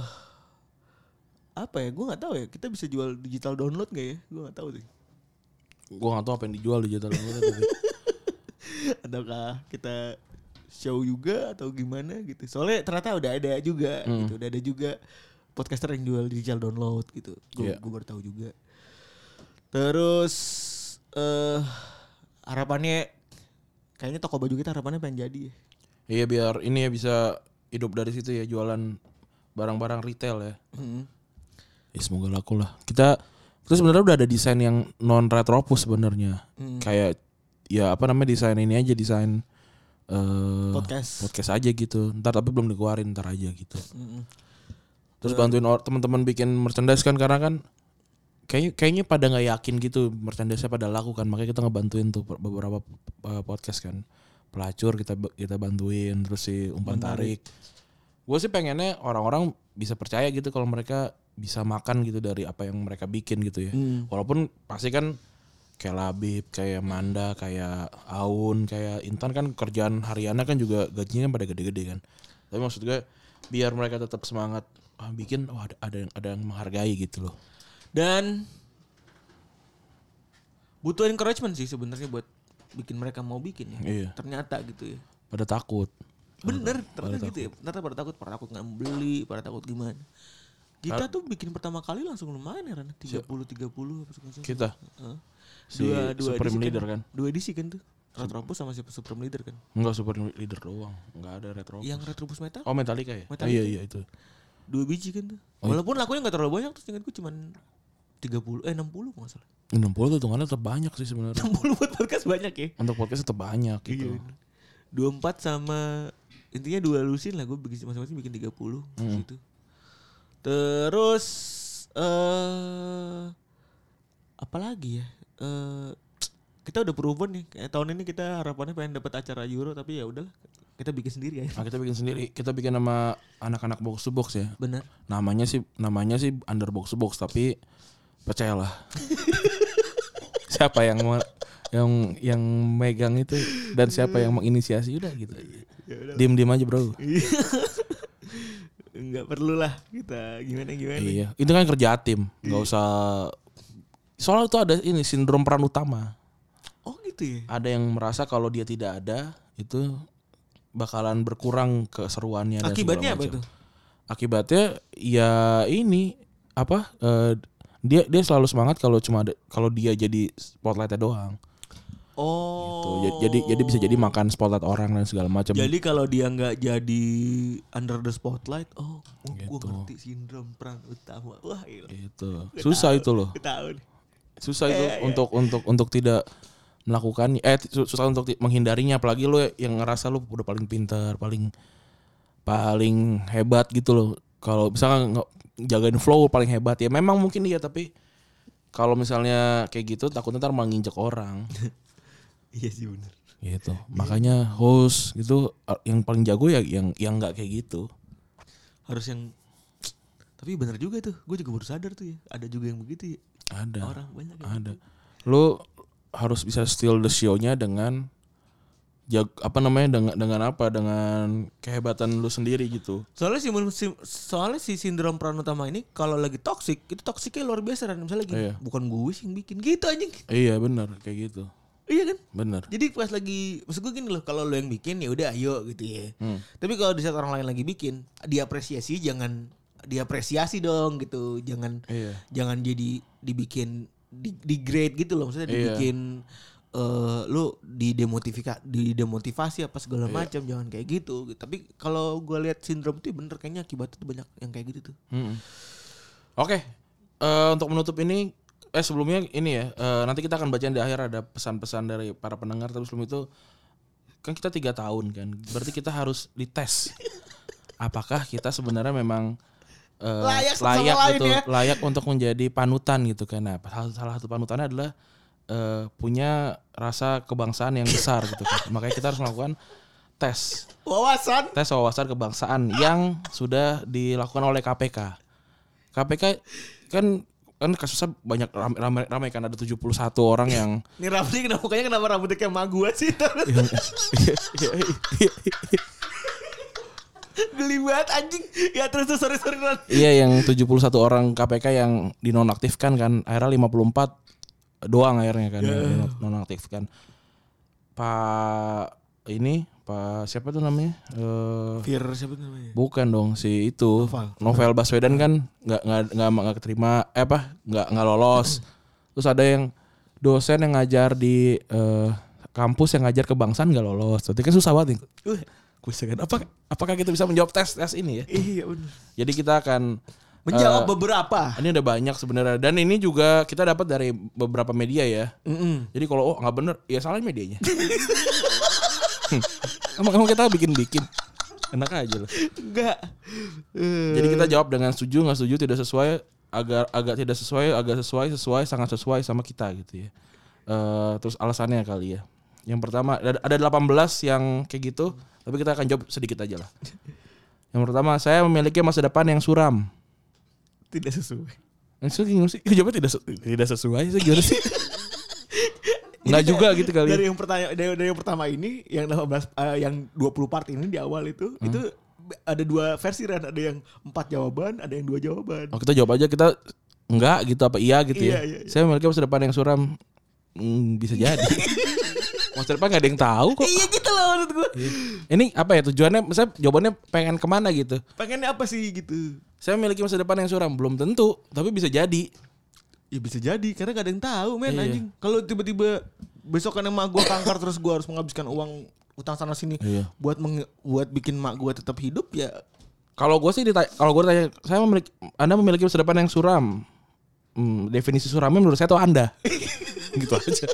[SPEAKER 3] apa ya? Gue nggak tahu ya. Kita bisa jual digital download nggak ya? Gue nggak tahu sih.
[SPEAKER 2] Gue nggak tahu apa yang dijual di jatuh tapi.
[SPEAKER 3] Ataukah kita show juga atau gimana gitu? Soalnya ternyata udah ada juga,
[SPEAKER 2] Hmm.
[SPEAKER 3] gitu. Udah ada juga podcaster yang jual digital download gitu. Gue
[SPEAKER 2] Iya.
[SPEAKER 3] gue baru tahu juga. Terus eh harapannya kayaknya toko baju kita harapannya pengen jadi ya.
[SPEAKER 2] Iya biar ini ya bisa hidup dari situ ya, jualan barang-barang retail ya.
[SPEAKER 3] Hmm.
[SPEAKER 2] Ya semoga laku lah. Kita terus sebenarnya udah ada desain yang non retropus sebenarnya.
[SPEAKER 3] Hmm.
[SPEAKER 2] Kayak ya apa namanya desain ini aja, desain eh
[SPEAKER 3] Podcast.
[SPEAKER 2] podcast aja gitu. Ntar tapi belum dikeluarin, ntar aja gitu.
[SPEAKER 3] Mm-mm.
[SPEAKER 2] Terus bantuin or- teman-teman bikin merchandise kan, karena kan kayaknya kayaknya pada nggak yakin gitu merchandise-nya pada laku kan, makanya kita ngebantuin tuh beberapa uh, podcast kan. Pelacur kita kita bantuin, terus si umpan tarik. Gue sih pengennya orang-orang bisa percaya gitu kalau mereka bisa makan gitu dari apa yang mereka bikin gitu ya.
[SPEAKER 3] Hmm.
[SPEAKER 2] Walaupun pasti kan kayak Labib, kayak Manda, kayak Aun, kayak Intan kan kerjaan hariannya kan juga gajinya kan pada gede-gede kan. Tapi maksud gue biar mereka tetap semangat ah, bikin, oh ada ada yang ada yang menghargai gitu loh.
[SPEAKER 3] Dan butuh encouragement sih sebenarnya buat bikin mereka mau bikin ya.
[SPEAKER 2] Iya.
[SPEAKER 3] Ternyata gitu ya.
[SPEAKER 2] Pada takut.
[SPEAKER 3] Bener,
[SPEAKER 2] pada
[SPEAKER 3] ternyata gitu ya. Ternyata pada takut, pada takut nggak beli, pada takut gimana. Kita tuh bikin pertama kali langsung lumayan ya Ran, tiga puluh tiga puluh apa segala.
[SPEAKER 2] Kita.
[SPEAKER 3] Heeh.
[SPEAKER 2] Si
[SPEAKER 3] Dua dua
[SPEAKER 2] Supreme
[SPEAKER 3] edisi
[SPEAKER 2] Leader kan.
[SPEAKER 3] Dua edisi kan tuh. Retrobus sama si Supreme Leader kan.
[SPEAKER 2] Enggak Supreme Leader doang, enggak ada Retro.
[SPEAKER 3] Yang Retrobus Metal?
[SPEAKER 2] Oh Metallica ya?
[SPEAKER 3] Metallica.
[SPEAKER 2] Oh, iya iya itu.
[SPEAKER 3] Dua biji kan tuh.
[SPEAKER 2] Oh,
[SPEAKER 3] Walaupun lakunya enggak terlalu banyak, terus ingatku cuman tiga puluh eh enam puluh enggak salah.
[SPEAKER 2] enam puluh tuh hitungannya tetap banyak sih sebenarnya.
[SPEAKER 3] enam puluh buat podcast banyak ya.
[SPEAKER 2] Untuk podcast tetap banyak gitu.
[SPEAKER 3] Iya. dua puluh empat sama intinya dua lusin lah, gue bikin masing-masing bikin tiga puluh
[SPEAKER 2] Hmm.
[SPEAKER 3] gitu. Terus eh apa lagi ya? Eh kita udah proven nih. Kayak tahun ini kita harapannya pengen dapat acara Euro, tapi ya udahlah. Kita bikin sendiri ya.
[SPEAKER 2] Nah, kita bikin sendiri. Kita bikin nama anak-anak box to box ya.
[SPEAKER 3] Benar.
[SPEAKER 2] Namanya sih namanya sih under box to box tapi percayalah. Siapa yang mau- yang yang megang itu dan siapa yang menginisiasi udah gitu aja.
[SPEAKER 3] Ya udah.
[SPEAKER 2] Diem-diem aja, Bro.
[SPEAKER 3] Enggak perlu lah kita gimana-gimana.
[SPEAKER 2] Iya, itu kan kerja tim, nggak usah. Soalnya itu ada ini sindrom peran utama.
[SPEAKER 3] Oh gitu ya.
[SPEAKER 2] Ada yang merasa kalau dia tidak ada itu bakalan berkurang keseruannya. dan
[SPEAKER 3] Akibatnya
[SPEAKER 2] segala
[SPEAKER 3] apa
[SPEAKER 2] macam.
[SPEAKER 3] itu?
[SPEAKER 2] Akibatnya ya ini apa? eh, dia dia selalu semangat kalau cuma ada, kalau dia jadi spotlightnya doang.
[SPEAKER 3] Oh.
[SPEAKER 2] Gitu. Ja- Jadi jadi bisa jadi makan spotlight orang dan segala macam.
[SPEAKER 3] Jadi kalau dia nggak jadi under the spotlight, oh, oh gue
[SPEAKER 2] Gitu.
[SPEAKER 3] ngerti sindrom peran utama. Wah, gila.
[SPEAKER 2] Itu susah itu loh.
[SPEAKER 3] Gue tahu nih.
[SPEAKER 2] Susah itu
[SPEAKER 3] Eh,
[SPEAKER 2] untuk untuk untuk tidak melakukan eh su- susah untuk ti- menghindarinya, apalagi lo yang ngerasa lo udah paling pintar, paling paling hebat gitu loh. Kalau misalnya nge- jagain flow paling hebat ya memang mungkin iya, tapi kalau misalnya kayak gitu takutnya ntar malah nginjek orang.
[SPEAKER 3] Iya sih benar.
[SPEAKER 2] Gitu. Makanya host gitu uh, yang paling jago ya yang yang nggak kayak gitu.
[SPEAKER 3] Harus yang tapi benar juga tuh. Gue juga baru sadar tuh ya. Ada juga yang begitu ya.
[SPEAKER 2] Ada.
[SPEAKER 3] Orang banyak yang
[SPEAKER 2] Ada. Lu harus bisa steal the show-nya dengan jag, apa namanya dengan dengan apa dengan kehebatan lu sendiri gitu.
[SPEAKER 3] Soalnya si, si soalnya si sindrom peran utama ini kalau lagi toksik, itu toksiknya luar biasa dan misalnya lagi
[SPEAKER 2] Iya.
[SPEAKER 3] bukan gue sih yang bikin gitu anjing.
[SPEAKER 2] Iya benar kayak gitu.
[SPEAKER 3] Iya kan?
[SPEAKER 2] Benar.
[SPEAKER 3] Jadi pas lagi maksud gue gini loh, kalau lo yang bikin ya udah ayo gitu ya.
[SPEAKER 2] Hmm.
[SPEAKER 3] Tapi kalau di saat orang lain lagi bikin, diapresiasi jangan diapresiasi dong gitu. Jangan
[SPEAKER 2] Iya.
[SPEAKER 3] jangan jadi dibikin di, di grade gitu loh, maksudnya
[SPEAKER 2] Iya.
[SPEAKER 3] dibikin eh lu didemotivasi didemotivasi apa segala
[SPEAKER 2] Iya.
[SPEAKER 3] macam, jangan kayak gitu. Tapi kalau gue lihat sindrom itu bener kayaknya akibatnya tuh banyak yang kayak gitu tuh.
[SPEAKER 2] Mm-mm. Oke. Eh, untuk menutup ini eh sebelumnya ini ya eh, nanti kita akan bacain di akhir ada pesan-pesan dari para pendengar, tapi sebelum itu kan kita tiga tahun kan, berarti kita harus dites apakah kita sebenarnya memang eh,
[SPEAKER 3] Layak sama
[SPEAKER 2] layak
[SPEAKER 3] lain
[SPEAKER 2] gitu
[SPEAKER 3] ya.
[SPEAKER 2] layak untuk menjadi panutan gitu kan. Nah, salah, salah satu panutannya adalah eh, punya rasa kebangsaan yang besar gitu kan. Makanya kita harus melakukan tes
[SPEAKER 3] Wawasan.
[SPEAKER 2] tes wawasan kebangsaan yang sudah dilakukan oleh K P K. K P K kan kan kasusnya banyak ramai ramai ramai kan, ada tujuh puluh satu orang yang
[SPEAKER 3] Nih Rafli kenapa mukanya kenapa rambutnya kayak emak gua sih? Geli banget anjing. Ya terus terus sorry sorry Ran.
[SPEAKER 2] iya yang tujuh puluh satu orang K P K yang dinonaktifkan kan, akhirnya lima puluh empat doang akhirnya kan yang dinonaktifkan. Pak ini Pak siapa tuh namanya? Eh
[SPEAKER 3] Fir siapa namanya?
[SPEAKER 2] bukan dong si itu
[SPEAKER 3] Novel.
[SPEAKER 2] Novel Baswedan kan nggak nggak nggak nggak keterima eh apa nggak nggak lolos. Terus ada yang dosen yang ngajar di eh, kampus yang ngajar kebangsaan nggak lolos. Berarti kan susah banget nih.
[SPEAKER 3] Uh,
[SPEAKER 2] Kuisan apa apakah kita bisa menjawab tes tes ini ya?
[SPEAKER 3] iya benar.
[SPEAKER 2] Jadi kita akan
[SPEAKER 3] Menjawab
[SPEAKER 2] eh,
[SPEAKER 3] beberapa.
[SPEAKER 2] ini udah banyak sebenarnya, dan ini juga kita dapat dari beberapa media ya.
[SPEAKER 3] Mm-mm.
[SPEAKER 2] Jadi kalau oh nggak bener ya salah medianya. emang, emang kita bikin-bikin enak aja loh.
[SPEAKER 3] Enggak.
[SPEAKER 2] Jadi kita jawab dengan setuju, nggak setuju, tidak sesuai, agak agak tidak sesuai, agak sesuai, sesuai, sangat sesuai sama kita gitu ya. Eh, terus alasannya kali ya. Yang pertama ada, ada delapan belas yang kayak gitu, tapi kita akan jawab sedikit aja lah. Yang pertama, saya memiliki masa depan yang suram.
[SPEAKER 3] Tidak sesuai.
[SPEAKER 2] Yang sih gimana sih? Jawabnya tidak sesu- tidak sesuai sih gimana sih? Enggak juga gitu kali.
[SPEAKER 3] Dari yang pertanyaan dari, dari yang pertama ini yang delapan belas uh, yang dua puluh part ini di awal itu hmm. itu ada dua versi Ran, ada yang empat jawaban, ada yang dua jawaban.
[SPEAKER 2] Oh, kita jawab aja kita enggak gitu apa iya gitu
[SPEAKER 3] iya,
[SPEAKER 2] ya.
[SPEAKER 3] Iya, iya.
[SPEAKER 2] Saya memiliki masa depan yang suram. Hmm, bisa jadi. Masa depan gak ada yang tahu kok.
[SPEAKER 3] Iya gitu loh menurut gue.
[SPEAKER 2] Ini apa ya tujuannya? Misalnya jawabannya pengen kemana gitu?
[SPEAKER 3] Pengennya apa sih gitu?
[SPEAKER 2] Saya memiliki masa depan yang suram, belum tentu, tapi bisa jadi.
[SPEAKER 3] Ya bisa jadi karena gak ada yang tahu men
[SPEAKER 2] iya.
[SPEAKER 3] anjing. Kalau tiba-tiba besokan emak gue kanker terus gue harus menghabiskan uang utang sana sini
[SPEAKER 2] iya.
[SPEAKER 3] buat meng- buat bikin emak gue tetap hidup ya.
[SPEAKER 2] Kalau gue sih ditanya, kalau gue tanya, saya memiliki, Anda memiliki masa depan yang suram. Hmm, definisi suramnya menurut saya tuh Anda. Gitu aja.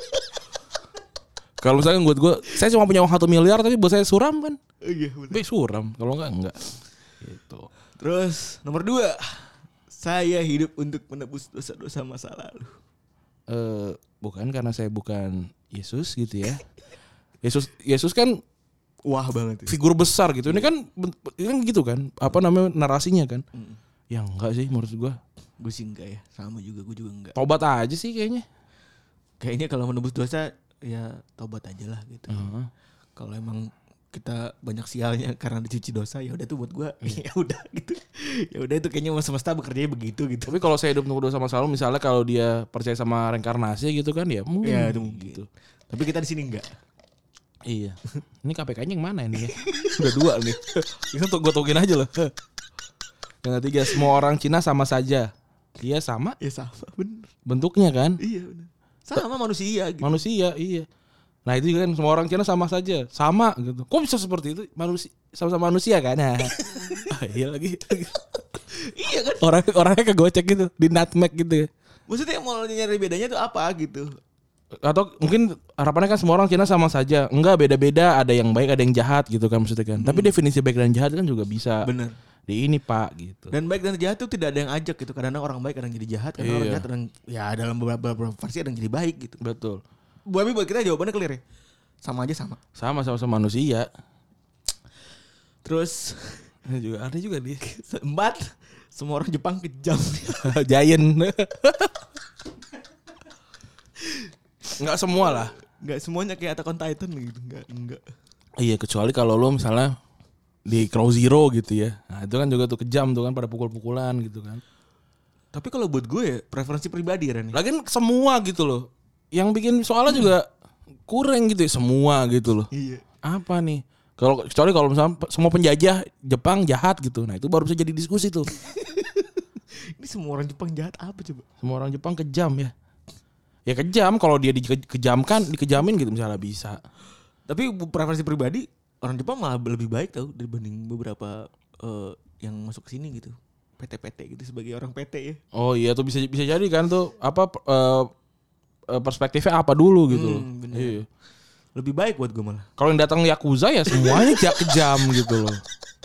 [SPEAKER 2] Kalau misalnya buat gue, saya cuma punya uang satu miliar tapi buat saya suram kan?
[SPEAKER 3] Iya benar.
[SPEAKER 2] Baik suram, kalau enggak enggak. Gitu.
[SPEAKER 3] Terus nomor dua, saya hidup untuk menebus dosa-dosa masa lalu.
[SPEAKER 2] Uh, bukan karena saya bukan Yesus gitu ya. Yesus Yesus kan
[SPEAKER 3] wah banget. Ya.
[SPEAKER 2] Figur besar gitu. Ini kan ini kan gitu kan? Apa namanya narasinya kan? Mm. Ya enggak sih menurut gue.
[SPEAKER 3] Gue sih enggak ya. Sama juga gue juga enggak.
[SPEAKER 2] Tobat aja sih kayaknya.
[SPEAKER 3] Kayaknya kalau menebus dosa ya tobat aja lah gitu.
[SPEAKER 2] Uh-huh.
[SPEAKER 3] Kalau emang kita banyak sialnya karena dicuci dosa ya udah tuh buat gue ya udah gitu. Ya udah itu kayaknya semesta bekerjanya begitu gitu.
[SPEAKER 2] Tapi kalau saya hidup menunggu dosa masa lalu misalnya kalau dia percaya sama reinkarnasi gitu kan ya mungkin.
[SPEAKER 3] Ya itu mungkin. Gitu. Tapi kita di sini enggak.
[SPEAKER 2] Iya. Ini K P K-nya yang mana ini ya? Udah dua nih. Kita tuh gue tungguin aja loh. Yang ketiga, semua orang Cina sama saja. Iya sama.
[SPEAKER 3] Ya sama bener.
[SPEAKER 2] Bentuknya kan?
[SPEAKER 3] Iya bener. Sama manusia gitu.
[SPEAKER 2] Manusia iya. Nah itu kan semua orang Cina sama saja. Sama gitu. Kok bisa seperti itu? Manusia sama-sama manusia kan? Nah. Oh, iya lagi.
[SPEAKER 3] Iya kan?
[SPEAKER 2] Orang orangnya kegocek gitu, di nutmeg gitu.
[SPEAKER 3] Maksudnya mau nyari bedanya tuh apa gitu?
[SPEAKER 2] Atau mungkin harapannya kan semua orang Cina sama saja. Enggak, beda-beda, ada yang baik, ada yang jahat gitu kan maksudnya kan. Hmm. Tapi definisi baik dan jahat kan juga bisa.
[SPEAKER 3] Bener.
[SPEAKER 2] Di ini Pak gitu.
[SPEAKER 3] Dan baik dan jahat itu tidak ada yang ajak gitu. Kadang-kadang orang baik kadang jadi jahat, kadang
[SPEAKER 2] iya.
[SPEAKER 3] orang jahat kadang ya dalam beberapa versi ada yang jadi baik gitu.
[SPEAKER 2] Betul.
[SPEAKER 3] Tapi buat kita jawabannya clear ya. Sama aja sama.
[SPEAKER 2] Sama sama manusia.
[SPEAKER 3] Terus
[SPEAKER 2] juga ada juga nih.
[SPEAKER 3] Empat, semua orang Jepang kejam.
[SPEAKER 2] Giant. Enggak semua lah.
[SPEAKER 3] Enggak semuanya kayak Attack on Titan gitu. Enggak, enggak.
[SPEAKER 2] Iya, kecuali kalau lo misalnya di Crow Zero gitu ya. Nah, itu kan juga tuh kejam tuh kan pada pukul-pukulan gitu kan.
[SPEAKER 3] Tapi kalau buat gue ya preferensi pribadi Ren.
[SPEAKER 2] Lagian semua gitu loh. Yang bikin soalnya juga kurang gitu ya semua gitu loh.
[SPEAKER 3] Iya.
[SPEAKER 2] Apa nih? Kalau kecuali kalau misalnya semua penjajah Jepang jahat gitu. Nah, itu baru bisa jadi diskusi tuh.
[SPEAKER 3] Ini semua orang Jepang jahat apa coba?
[SPEAKER 2] Semua orang Jepang kejam ya. Ya kejam kalau dia dikejamkan, dikejamin gitu misalnya bisa.
[SPEAKER 3] Tapi preferensi pribadi orang Jepang malah lebih baik tau dibanding beberapa uh, yang masuk ke sini gitu. P T P T gitu sebagai orang P T ya.
[SPEAKER 2] Oh iya tuh bisa bisa jadi kan tuh apa uh, perspektifnya apa dulu gitu.
[SPEAKER 3] Hmm, bener.
[SPEAKER 2] Iya.
[SPEAKER 3] Lebih baik buat gue malah.
[SPEAKER 2] Kalau yang datang Yakuza ya semuanya kejam gitu loh.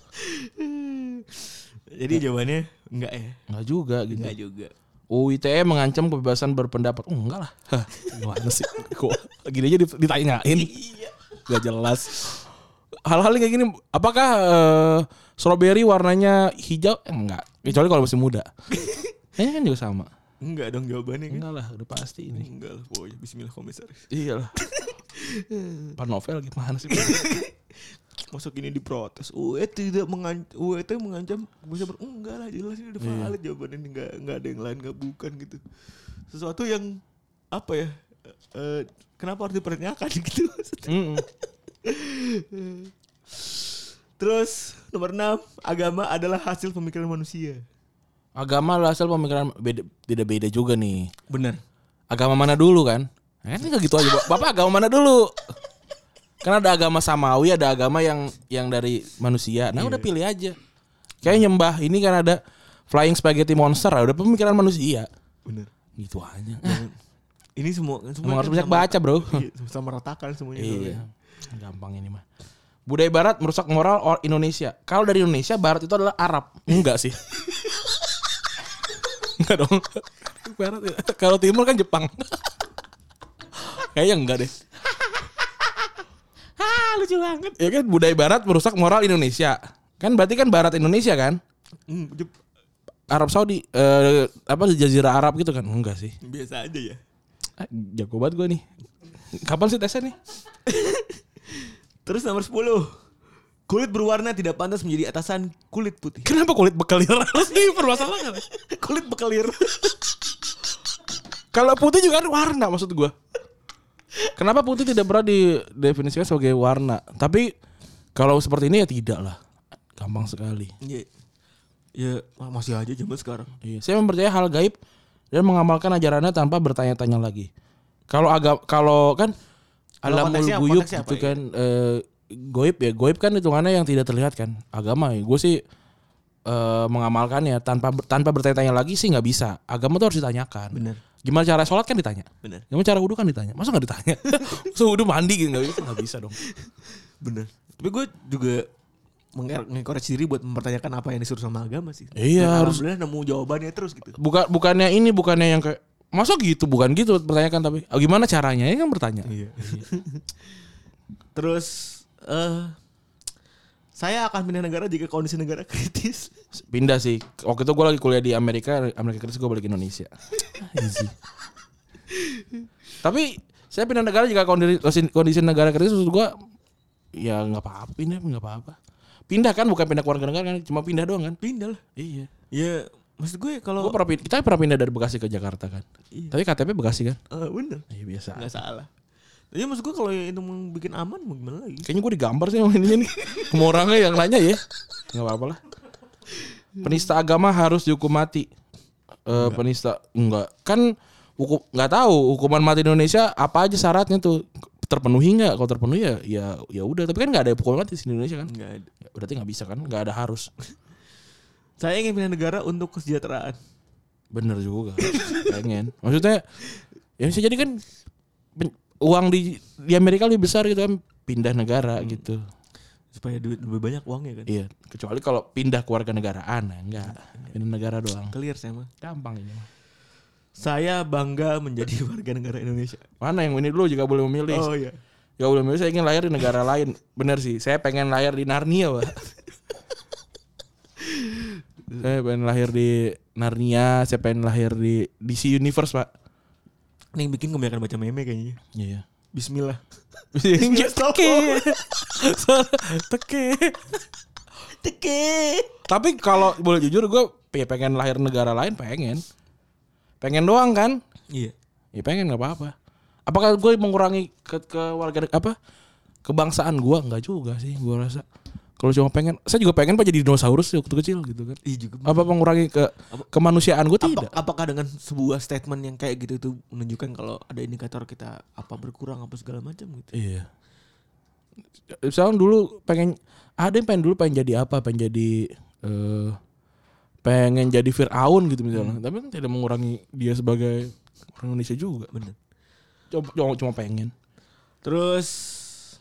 [SPEAKER 3] Jadi jawabannya enggak ya?
[SPEAKER 2] Enggak juga gitu.
[SPEAKER 3] Enggak juga.
[SPEAKER 2] U I T E mengancam kebebasan berpendapat. Oh enggak lah. Gimana sih? Kok gini aja ditanyain. Gak jelas. Hal-hal kayak gini, apakah uh, strawberry warnanya hijau? Eh, enggak. Kecuali kalau masih muda. Kayaknya kan juga sama.
[SPEAKER 3] Enggak dong jawabannya kan?
[SPEAKER 2] Enggak lah, udah pasti ini.
[SPEAKER 3] Enggak lah, boy. Bismillah komisaris.
[SPEAKER 2] Iya lah. Pak Novel gimana sih?
[SPEAKER 3] Masuk ini diprotes. U E tidak mengancam, U E T mengancam bisa ber enggak lah jelas ini udah valid iya. Jawabannya ini enggak enggak ada yang lain enggak bukan gitu. Sesuatu yang apa ya? Uh, kenapa harus dipertanyakan gitu? Terus nomor enam, agama adalah hasil pemikiran manusia.
[SPEAKER 2] Agama adalah hasil pemikiran beda, beda-beda juga nih.
[SPEAKER 3] Bener.
[SPEAKER 2] Agama mana dulu kan? Kan enggak gitu aja. Bapak agama mana dulu? Kan ada agama samawi, ada agama yang yang dari manusia. Nah, yeah. Udah pilih aja. Kayak nyembah ini kan ada flying spaghetti monster, udah pemikiran manusia.
[SPEAKER 3] Bener.
[SPEAKER 2] Gitu aja.
[SPEAKER 3] Nah, ini semua semua
[SPEAKER 2] harus banyak baca, Bro.
[SPEAKER 3] Iya, sama ratakan semuanya.
[SPEAKER 2] Iya. Gampang ini mah. Budaya barat merusak moral or Indonesia. Kalau dari Indonesia, barat itu adalah Arab. Enggak sih. Enggak dong. Barat ya. Kalau timur kan Jepang. Kayaknya enggak deh.
[SPEAKER 3] Hah, lucu banget.
[SPEAKER 2] Ya kan budaya barat merusak moral Indonesia. Kan berarti kan barat Indonesia kan?
[SPEAKER 3] Hmm,
[SPEAKER 2] Arab Saudi eh, apa Jazirah Arab gitu kan? Enggak sih.
[SPEAKER 3] Biasa aja ya.
[SPEAKER 2] Ah, jago banget gue nih. Kapan sih tesnya nih?
[SPEAKER 3] Terus nomor sepuluh. Kulit berwarna tidak pantas menjadi atasan kulit putih.
[SPEAKER 2] Kenapa kulit bekalir harus dipermasalahkan?
[SPEAKER 3] Kulit bekalir.
[SPEAKER 2] Kalau putih juga kan warna maksud gue. Kenapa putih tidak pernah didefinisikan sebagai warna? Tapi kalau seperti ini ya tidak lah. Gampang sekali.
[SPEAKER 3] Iya. Ya masih aja zaman sekarang.
[SPEAKER 2] Iya. Saya mempercayai hal gaib dan mengamalkan ajarannya tanpa bertanya-tanya lagi. Kalau agak kalau kan alamul guyub itu
[SPEAKER 3] ya?
[SPEAKER 2] kan eh, goib ya, goib kan hitungannya yang tidak terlihat kan. Agama ya, gue sih uh, mengamalkannya tanpa tanpa bertanya-tanya lagi sih nggak bisa. Agama tuh harus ditanyakan.
[SPEAKER 3] Bener.
[SPEAKER 2] Gimana cara sholat kan ditanya.
[SPEAKER 3] Bener.
[SPEAKER 2] Gimana cara wudhu kan ditanya. Masa nggak ditanya? Masa wudhu mandi gitu nggak bisa, nggak bisa dong.
[SPEAKER 3] Bener. Tapi gue juga mengoreksi diri buat mempertanyakan apa yang disuruh sama agama sih.
[SPEAKER 2] Iya,
[SPEAKER 3] dan
[SPEAKER 2] harus
[SPEAKER 3] alhamdulillah nemu jawabannya terus gitu.
[SPEAKER 2] Bukan bukannya ini bukannya yang kayak masa gitu, bukan gitu pertanyakan tapi oh, gimana caranya ya kan bertanya.
[SPEAKER 3] Iya. Terus eh uh, saya akan pindah negara jika kondisi negara kritis.
[SPEAKER 2] Pindah sih. Waktu itu gue lagi kuliah di Amerika, Amerika kritis gue balik ke Indonesia. Easy. Tapi saya pindah negara jika kondisi kondisi negara kritis, maksud gue ya nggak apa-apa, pindah nggak apa-apa. Pindah kan bukan pindah ke warga negara kan, cuma pindah doang kan?
[SPEAKER 3] Pindah lah.
[SPEAKER 2] Iya.
[SPEAKER 3] Ya maksud gue kalau
[SPEAKER 2] Gua pernah, kita pernah pindah dari Bekasi ke Jakarta kan.
[SPEAKER 3] Iya.
[SPEAKER 2] Tapi K T P Bekasi kan?
[SPEAKER 3] Uh, bener.
[SPEAKER 2] Iya biasa.
[SPEAKER 3] Nggak salah. Jadi maksud gue kalau itu mau bikin aman mau gimana lagi?
[SPEAKER 2] Kayaknya gue digambar sih sama ininya nih. Sama orangnya yang nanya ya. Gak apa-apa lah. Penista agama harus dihukum mati. Uh, penista enggak. Kan hukum nggak tahu hukuman mati di Indonesia apa aja syaratnya tuh terpenuhi nggak? Kalau terpenuhi ya ya ya udah. Tapi kan nggak ada hukuman mati di Indonesia kan?
[SPEAKER 3] Nggak ada.
[SPEAKER 2] Ya, berarti nggak bisa kan? Nggak ada harus.
[SPEAKER 3] Saya ingin pindah negara untuk kesejahteraan.
[SPEAKER 2] Bener juga. Pengen. Maksudnya ya bisa jadi kan uang di di Amerika lebih besar gitu kan, pindah negara hmm. gitu
[SPEAKER 3] supaya duit lebih banyak uangnya kan.
[SPEAKER 2] Iya, kecuali kalau pindah ke warga negaraan nah, enggak pindah negara doang.
[SPEAKER 3] Clear saya mah
[SPEAKER 2] gampang ini mah.
[SPEAKER 3] Saya bangga menjadi warga negara Indonesia.
[SPEAKER 2] Mana yang ini dulu juga boleh memilih.
[SPEAKER 3] Oh iya,
[SPEAKER 2] ya boleh memilih. Saya ingin lahir di negara lain. Bener sih, saya pengen lahir di Narnia Pak. Saya pengen lahir di Narnia, saya pengen lahir di D C Universe Pak.
[SPEAKER 3] Ini yang bikin kebanyakan baca meme kayaknya.
[SPEAKER 2] Iya.
[SPEAKER 3] Bismillah.
[SPEAKER 2] Bismillah. Teke. Teke.
[SPEAKER 3] Teke.
[SPEAKER 2] Tapi kalau boleh jujur gue pengen lahir negara lain pengen. Pengen doang kan?
[SPEAKER 3] Iya.
[SPEAKER 2] Ya pengen nggak apa-apa. Apakah gue mengurangi ke, ke warga apa kebangsaan gue? Enggak juga sih gue rasa. Kalau cuma pengen, saya juga pengen pak jadi dinosaurus waktu kecil gitu kan.
[SPEAKER 3] Iya juga.
[SPEAKER 2] Apa mengurangi ke apa, kemanusiaan gue tidak?
[SPEAKER 3] Apa, apakah dengan sebuah statement yang kayak gitu itu menunjukkan kalau ada indikator kita apa berkurang apa segala macam gitu?
[SPEAKER 2] Iya. Misalnya dulu pengen, ada yang pengen dulu pengen jadi apa? Pengen jadi, uh, pengen jadi Fir'aun gitu misalnya. Hmm. Tapi kan tidak mengurangi dia sebagai orang Indonesia juga.
[SPEAKER 3] Bener.
[SPEAKER 2] Cuma, cuma pengen.
[SPEAKER 3] Terus.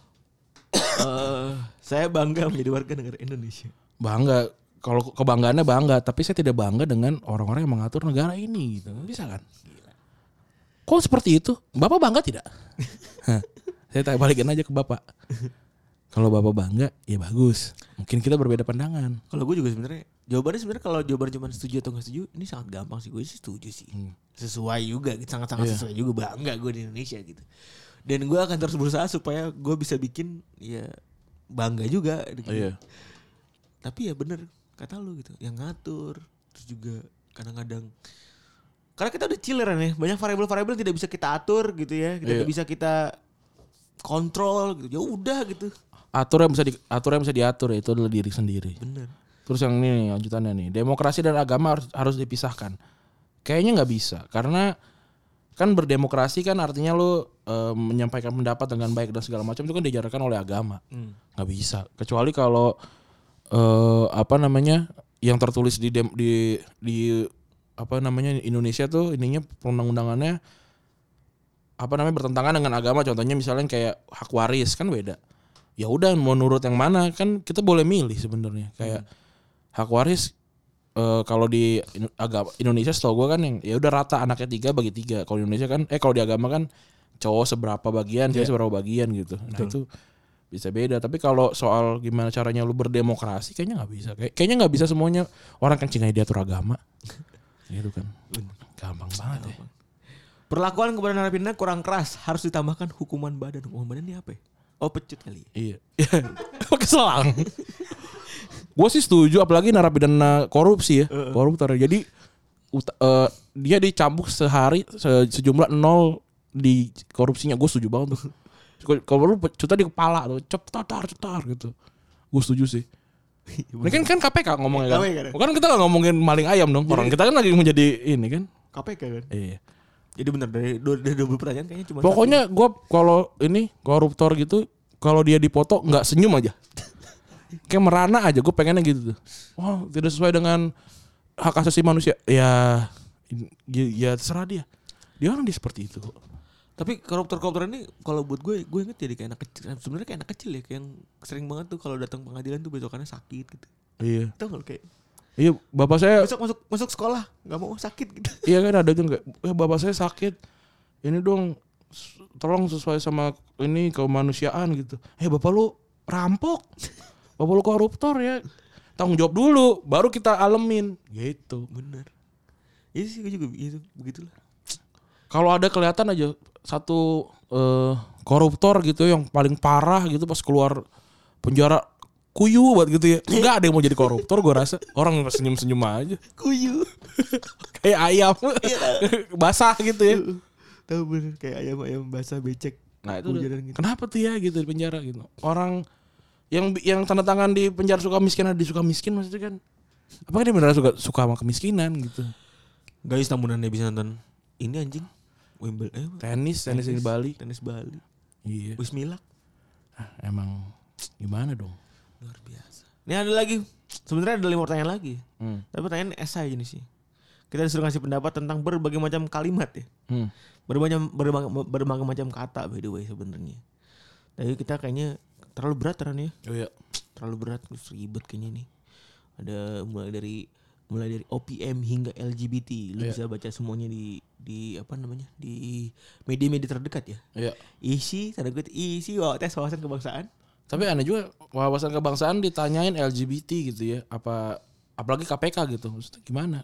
[SPEAKER 3] uh, saya bangga menjadi warga negara Indonesia.
[SPEAKER 2] Bangga, kalau kebanggaannya bangga, tapi saya tidak bangga dengan orang-orang yang mengatur negara ini gitu. Bisa kan? Gila. Kok seperti itu? Bapak bangga tidak? Saya tak balikin aja ke Bapak. Kalau Bapak bangga, ya bagus. Mungkin kita berbeda pandangan.
[SPEAKER 3] Kalau gue juga sebenarnya jawabannya sebenarnya kalau jawaban cuma setuju atau nggak setuju, ini sangat gampang sih. Gue sih setuju sih. Hmm. Sesuai juga, sangat-sangat yeah. sesuai juga, bangga gue di Indonesia gitu. Dan gue akan terus berusaha supaya gue bisa bikin ya bangga juga gitu. Oh, iya. Tapi ya bener kata lu gitu, yang ngatur terus juga kadang-kadang karena kita udah chilleran ya, banyak variabel-variabel yang tidak bisa kita atur gitu ya, tidak iya. bisa kita kontrol gitu. Ya udah gitu.
[SPEAKER 2] Atur yang bisa di, atur yang bisa diatur ya, itu adalah diri sendiri.
[SPEAKER 3] Bener.
[SPEAKER 2] Terus yang ini nih, lanjutannya nih, demokrasi dan agama harus harus dipisahkan. Kayaknya nggak bisa karena kan berdemokrasi kan artinya lu e, menyampaikan pendapat dengan baik dan segala macam itu kan diajarkan oleh agama. Hmm. Nggak bisa. Kecuali kalau e, apa namanya yang tertulis di dem, di di apa namanya Indonesia tuh ininya perundang-undangannya apa namanya bertentangan dengan agama. Contohnya misalnya kayak hak waris kan beda. Ya udah menurut yang mana kan kita boleh milih sebenarnya. Kayak hmm. hak waris Uh, kalau di agama Indonesia setahu gue kan yang ya udah rata anaknya tiga bagi tiga. Kalau di Indonesia kan eh kalau di agama kan cowok seberapa bagian, cewek yeah. seberapa bagian gitu. Nah Betul. Itu bisa beda. Tapi kalau soal gimana caranya lu berdemokrasi kayaknya nggak bisa. Kay- kayaknya nggak bisa semuanya orang kencing aja diatur agama. Gitu kan. Gampang banget ya.
[SPEAKER 3] Perlakuan kepada narapidana kurang keras, harus ditambahkan hukuman badan. Hukuman badan ini apa ya? Oh, pecut kali.
[SPEAKER 2] Iya. Keselang. Gue sih setuju, apalagi narapidana korupsi ya, uh, koruptor. Jadi ut- uh, dia dicambuk sehari se- sejumlah nol di korupsinya. Gue setuju banget tuh. Kalau perlu pecutnya di kepala tuh, cetar cetar gitu. Gue setuju sih. Ini kan kan K P K ngomongnya kan. Bukan kita nggak ngomongin maling ayam dong. Orang kita kan lagi menjadi ini kan.
[SPEAKER 3] K P K kan.
[SPEAKER 2] Iya.
[SPEAKER 3] Jadi benar dari dari dua puluh pertanyaan kayaknya cuma.
[SPEAKER 2] Pokoknya gue kalau ini koruptor gitu, kalau dia dipoto nggak senyum aja. Kayak merana aja, gue pengennya gitu tuh. Wah, tidak sesuai dengan hak asasi manusia. Ya, ya, ya terserah dia. Dia orang dia seperti itu.
[SPEAKER 3] Tapi koruptor-koruptor ini kalau buat gue, gue inget jadi kayak anak kecil. Sebenarnya kayak anak kecil ya, kayak yang sering banget tuh kalau datang pengadilan tuh besokannya sakit gitu.
[SPEAKER 2] Iya.
[SPEAKER 3] Tahu nggak kayak?
[SPEAKER 2] Iya, bapak saya
[SPEAKER 3] besok masuk masuk sekolah nggak mau sakit gitu.
[SPEAKER 2] Iya kan ada tuh kayak, eh, bapak saya sakit. Ini dong, tolong sesuai sama ini kemanusiaan gitu. Eh bapak lu rampok, bapak lu koruptor ya. Tanggung jawab dulu, baru kita alemin gitu.
[SPEAKER 3] Bener. Iya sih gue juga gitu, begitulah.
[SPEAKER 2] Kalau ada kelihatan aja satu uh, koruptor gitu yang paling parah gitu pas keluar penjara kuyu buat gitu ya. Enggak ada yang mau jadi koruptor gue rasa. Orang senyum-senyum aja.
[SPEAKER 3] Kuyu.
[SPEAKER 2] Kayak ayam. Basah gitu ya.
[SPEAKER 3] Tahu bener kayak ayam-ayam basah becek.
[SPEAKER 2] Nah itu gitu. Kenapa tuh ya gitu di penjara gitu. Orang yang yang tanda tangan di penjara suka miskin ada di suka miskin maksudnya kan. Apakah dia beneran suka suka sama kemiskinan gitu.
[SPEAKER 3] Guys, tamunan dia bisa nonton ini anjing. Wimbledon. Eh,
[SPEAKER 2] tenis, tenis, tenis di Bali.
[SPEAKER 3] Tenis Bali.
[SPEAKER 2] Iya.
[SPEAKER 3] Wismilak.
[SPEAKER 2] Ah, emang gimana dong?
[SPEAKER 3] Luar biasa. Ini ada lagi. Sebenarnya ada lima pertanyaan lagi.
[SPEAKER 2] Hmm.
[SPEAKER 3] Tapi pertanyaan esai jenis sih. Kita disuruh ngasih pendapat tentang berbagai macam kalimat ya.
[SPEAKER 2] Hmm.
[SPEAKER 3] Berbagai, berbagai, berbagai macam kata by the way sebenarnya. Tapi kita kayaknya terlalu berat kan ya.
[SPEAKER 2] Oh iya.
[SPEAKER 3] Terlalu berat, ribet kayaknya nih. Ada mulai dari mulai dari O P M hingga L G B T. Lu yeah. bisa baca semuanya di di apa namanya? Di media-media terdekat ya.
[SPEAKER 2] Iya.
[SPEAKER 3] Isi, tanda kutip isi wow, tes wawasan kebangsaan.
[SPEAKER 2] Tapi aneh juga wawasan kebangsaan ditanyain L G B T gitu ya. Apa apalagi K P K gitu. Maksudnya gimana?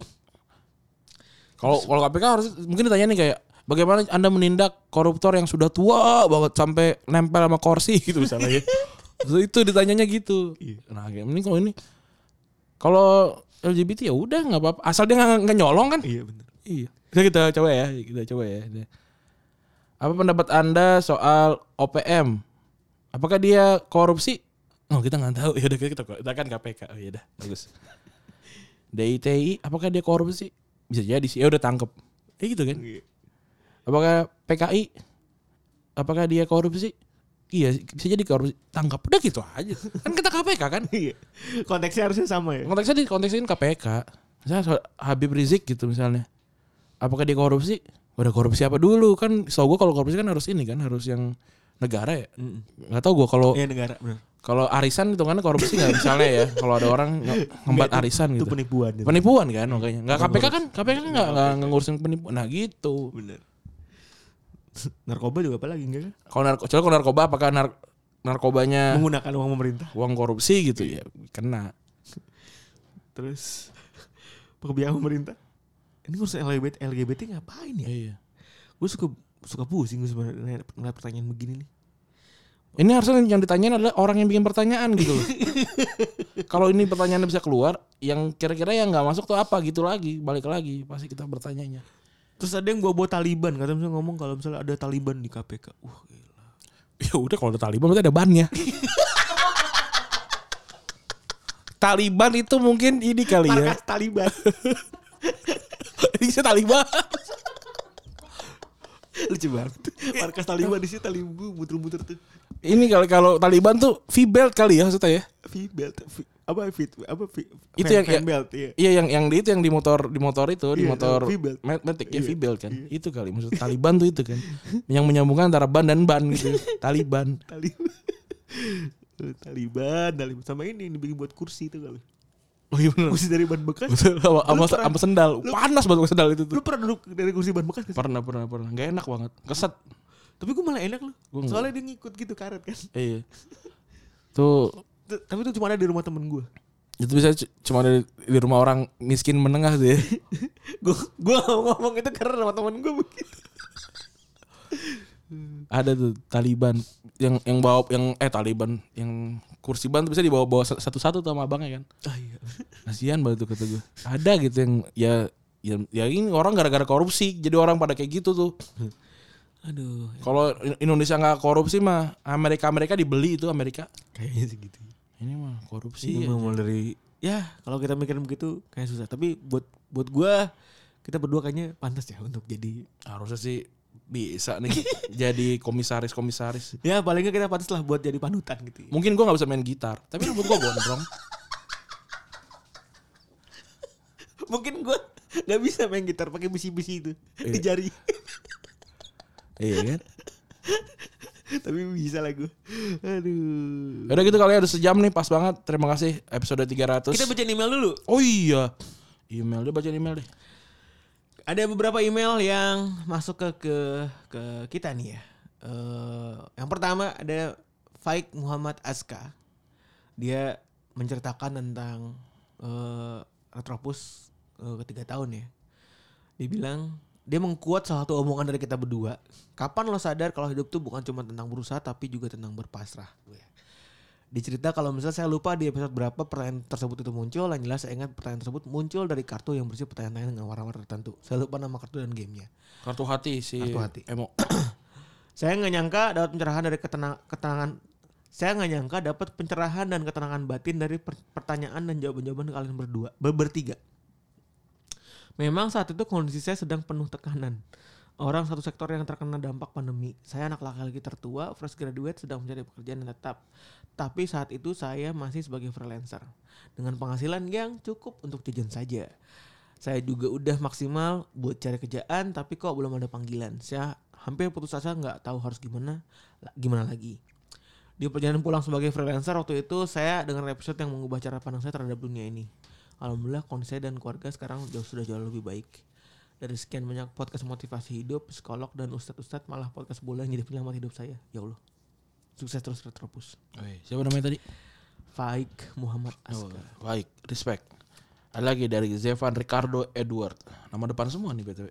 [SPEAKER 2] Kalau kalau K P K harus mungkin ditanyain kayak bagaimana Anda menindak koruptor yang sudah tua banget sampai nempel sama kursi gitu misalnya ya. Itu ditanyanya gitu. Nah, kayak ini kalau ini kalau L G B T ya udah enggak apa-apa. Asal dia enggak nyolong kan?
[SPEAKER 3] Iya benar.
[SPEAKER 2] Iya. Kita, kita coba ya, kita coba ya. Apa pendapat Anda soal O P M? Apakah dia korupsi? Oh, kita enggak tahu. Ya udah kita kita kan K P K. Oh ya udah, bagus. D I T I apakah dia korupsi? Bisa jadi sih. Ya udah tangkep. Ya gitu kan? Apakah P K I? Apakah dia korupsi? Iya, bisa jadi korupsi. Tangkap. Udah gitu aja. Kan kita K P K kan?
[SPEAKER 3] Iya. Konteksnya harusnya sama ya.
[SPEAKER 2] Konteksnya di konteksnya K P K. Misalnya Habib Rizik gitu misalnya. Apakah dia korupsi? Udah korupsi apa dulu? Kan setahu gue kalau korupsi kan harus ini kan, harus yang negara ya. Enggak tahu gue kalau
[SPEAKER 3] Iya negara, benar.
[SPEAKER 2] Kalau arisan hitungannya korupsi enggak misalnya ya. Kalau ada orang ngembat arisan gitu.
[SPEAKER 3] Itu penipuan. Gitu.
[SPEAKER 2] Penipuan kan makanya. Enggak K P K kan? K P K kan enggak enggak ngurusin penipuan. Nah, gitu.
[SPEAKER 3] Benar. Narkoba juga apa lagi enggak kan?
[SPEAKER 2] Kalau narkoba, kalau narkoba apakah nar- narkobanya
[SPEAKER 3] menggunakan uang pemerintah,
[SPEAKER 2] uang korupsi gitu ya, kena.
[SPEAKER 3] Terus kebijakan pemerintah. Ini ngurus L G B T, L G B T ngapain ya?
[SPEAKER 2] Iya.
[SPEAKER 3] Gue suka suka pusing gue sebenarnya ngeliat pertanyaan begini nih.
[SPEAKER 2] Ini harusnya yang ditanyain adalah orang yang bikin pertanyaan gitu loh. Kalau ini pertanyaannya bisa keluar, yang kira-kira yang nggak masuk tuh apa gitu lagi, balik lagi pasti kita bertanyanya.
[SPEAKER 3] Terus ada yang bawa-bawa Taliban, kata misalnya ngomong kalau misalnya ada Taliban di K P K. Wah, gila.
[SPEAKER 2] Ya udah kalau ada Taliban berarti ada bannya. Taliban itu mungkin ini kali ya.
[SPEAKER 3] Markas Taliban.
[SPEAKER 2] Ini sih Taliban.
[SPEAKER 3] Lucu banget. Markas Taliban di sini Taliban muter-muter tuh.
[SPEAKER 2] Ini kalau kalau Taliban tuh V-belt kali ya maksudnya ya.
[SPEAKER 3] V-belt v, apa fit apa v,
[SPEAKER 2] itu
[SPEAKER 3] fan,
[SPEAKER 2] yang
[SPEAKER 3] fan belt iya.
[SPEAKER 2] Iya yang yang di itu yang di motor di motor itu iya, di motor
[SPEAKER 3] V-belt.
[SPEAKER 2] Matic ya
[SPEAKER 3] iya.
[SPEAKER 2] V-belt kan.
[SPEAKER 3] Iya.
[SPEAKER 2] Itu kali maksud Taliban tuh itu kan. Yang menyambungkan antara ban dan ban gitu. Taliban.
[SPEAKER 3] Taliban. Taliban, Taliban sama ini dibikin buat kursi itu kali.
[SPEAKER 2] Oh iya benar.
[SPEAKER 3] Kursi dari ban bekas.
[SPEAKER 2] Sama sama sendal. Lu, Panas banget sendal itu tuh.
[SPEAKER 3] Lu pernah duduk dari kursi ban bekas?
[SPEAKER 2] Pernah pernah pernah. Enggak enak banget. Keset.
[SPEAKER 3] Tapi gue malah enak loh.
[SPEAKER 2] Gua
[SPEAKER 3] soalnya dia ngikut gitu karet kan.
[SPEAKER 2] Iya. Tuh.
[SPEAKER 3] T- Tapi itu cuma ada di rumah temen gue.
[SPEAKER 2] Itu bisa c- cuma ada di rumah orang miskin menengah tuh ya.
[SPEAKER 3] Gue gue ngomong itu karena rumah temen gue begitu.
[SPEAKER 2] Ada tuh Taliban yang yang bawa yang eh Taliban yang kursi ban tuh bisa dibawa-bawa satu-satu tuh sama abangnya kan.
[SPEAKER 3] Ah iya.
[SPEAKER 2] Kasihan banget tuh kata gue. Ada gitu yang ya ya, ya ini orang gara-gara korupsi jadi orang pada kayak gitu tuh.
[SPEAKER 3] Aduh.
[SPEAKER 2] Kalau Indonesia nggak korupsi mah Amerika Amerika dibeli itu Amerika.
[SPEAKER 3] Kayaknya segitu.
[SPEAKER 2] Ini mah korupsi.
[SPEAKER 3] Ini
[SPEAKER 2] ya.
[SPEAKER 3] mah mulai dari ya kalau kita mikirin begitu kayak susah. Tapi buat buat gue kita berdua kayaknya pantas ya untuk jadi
[SPEAKER 2] Harusnya sih bisa nih jadi komisaris-komisaris.
[SPEAKER 3] ya paling nggak kita pantas lah buat jadi panutan gitu. Ya.
[SPEAKER 2] Mungkin gue nggak bisa main gitar, tapi rambut gue gondrong.
[SPEAKER 3] Mungkin gue nggak bisa main gitar pakai besi-besi itu
[SPEAKER 2] Iya.
[SPEAKER 3] di jari.
[SPEAKER 2] Iya kan?
[SPEAKER 3] Tapi bisa lah gue. Aduh.
[SPEAKER 2] Udah gitu kali ya udah sejam nih pas banget. Terima kasih episode tiga ratus.
[SPEAKER 3] Kita baca email dulu.
[SPEAKER 2] Oh iya. Email dia baca email deh.
[SPEAKER 3] Ada beberapa email yang masuk ke ke, ke kita nih ya. Uh, yang pertama ada Faik Muhammad Aska. Dia menceritakan tentang uh, Retropus uh, ketiga tahun ya. Dia bilang dia mengquote salah satu omongan dari kita berdua. Kapan lo sadar kalau hidup tuh bukan cuma tentang berusaha tapi juga tentang berpasrah. Dicerita kalau misalnya saya lupa di episode berapa pertanyaan tersebut itu muncul. Yang jelas saya ingat pertanyaan tersebut muncul dari kartu yang berisi pertanyaan dengan warna-warna tertentu. Saya lupa nama kartu dan gamenya.
[SPEAKER 2] Kartu hati si
[SPEAKER 3] Kartu hati.
[SPEAKER 2] Emo.
[SPEAKER 3] Saya nggak nyangka dapat pencerahan dari ketenang, ketenangan. Saya nggak nyangka dapat pencerahan dan ketenangan batin dari per- pertanyaan dan jawaban-jawaban kalian berdua, ber- bertiga. Memang saat itu kondisi saya sedang penuh tekanan. Orang satu sektor yang terkena dampak pandemi. Saya anak laki-laki tertua, fresh graduate, sedang mencari pekerjaan yang tetap. Tapi saat itu saya masih sebagai freelancer. Dengan penghasilan yang cukup untuk jajan saja. Saya juga udah maksimal buat cari kerjaan, tapi kok belum ada panggilan. Saya hampir putus asa, gak tahu harus gimana, gimana lagi. Di perjalanan pulang sebagai freelancer waktu itu, saya dengar episode yang mengubah cara pandang saya terhadap dunia ini. Alhamdulillah kondisi saya dan keluarga sekarang jauh sudah jauh lebih baik. Dari sekian banyak podcast motivasi hidup, psikolog dan ustadz-ustadz, malah podcast bola yang jadi penyelamat hidup saya. Ya Allah. Sukses terus Retropus.
[SPEAKER 2] Oh, siapa namanya tadi?
[SPEAKER 3] Faik Muhammad Aska.
[SPEAKER 2] Oh, baik, respect. Ada lagi dari Zevan Ricardo Edward. Nama depan semua nih B T W.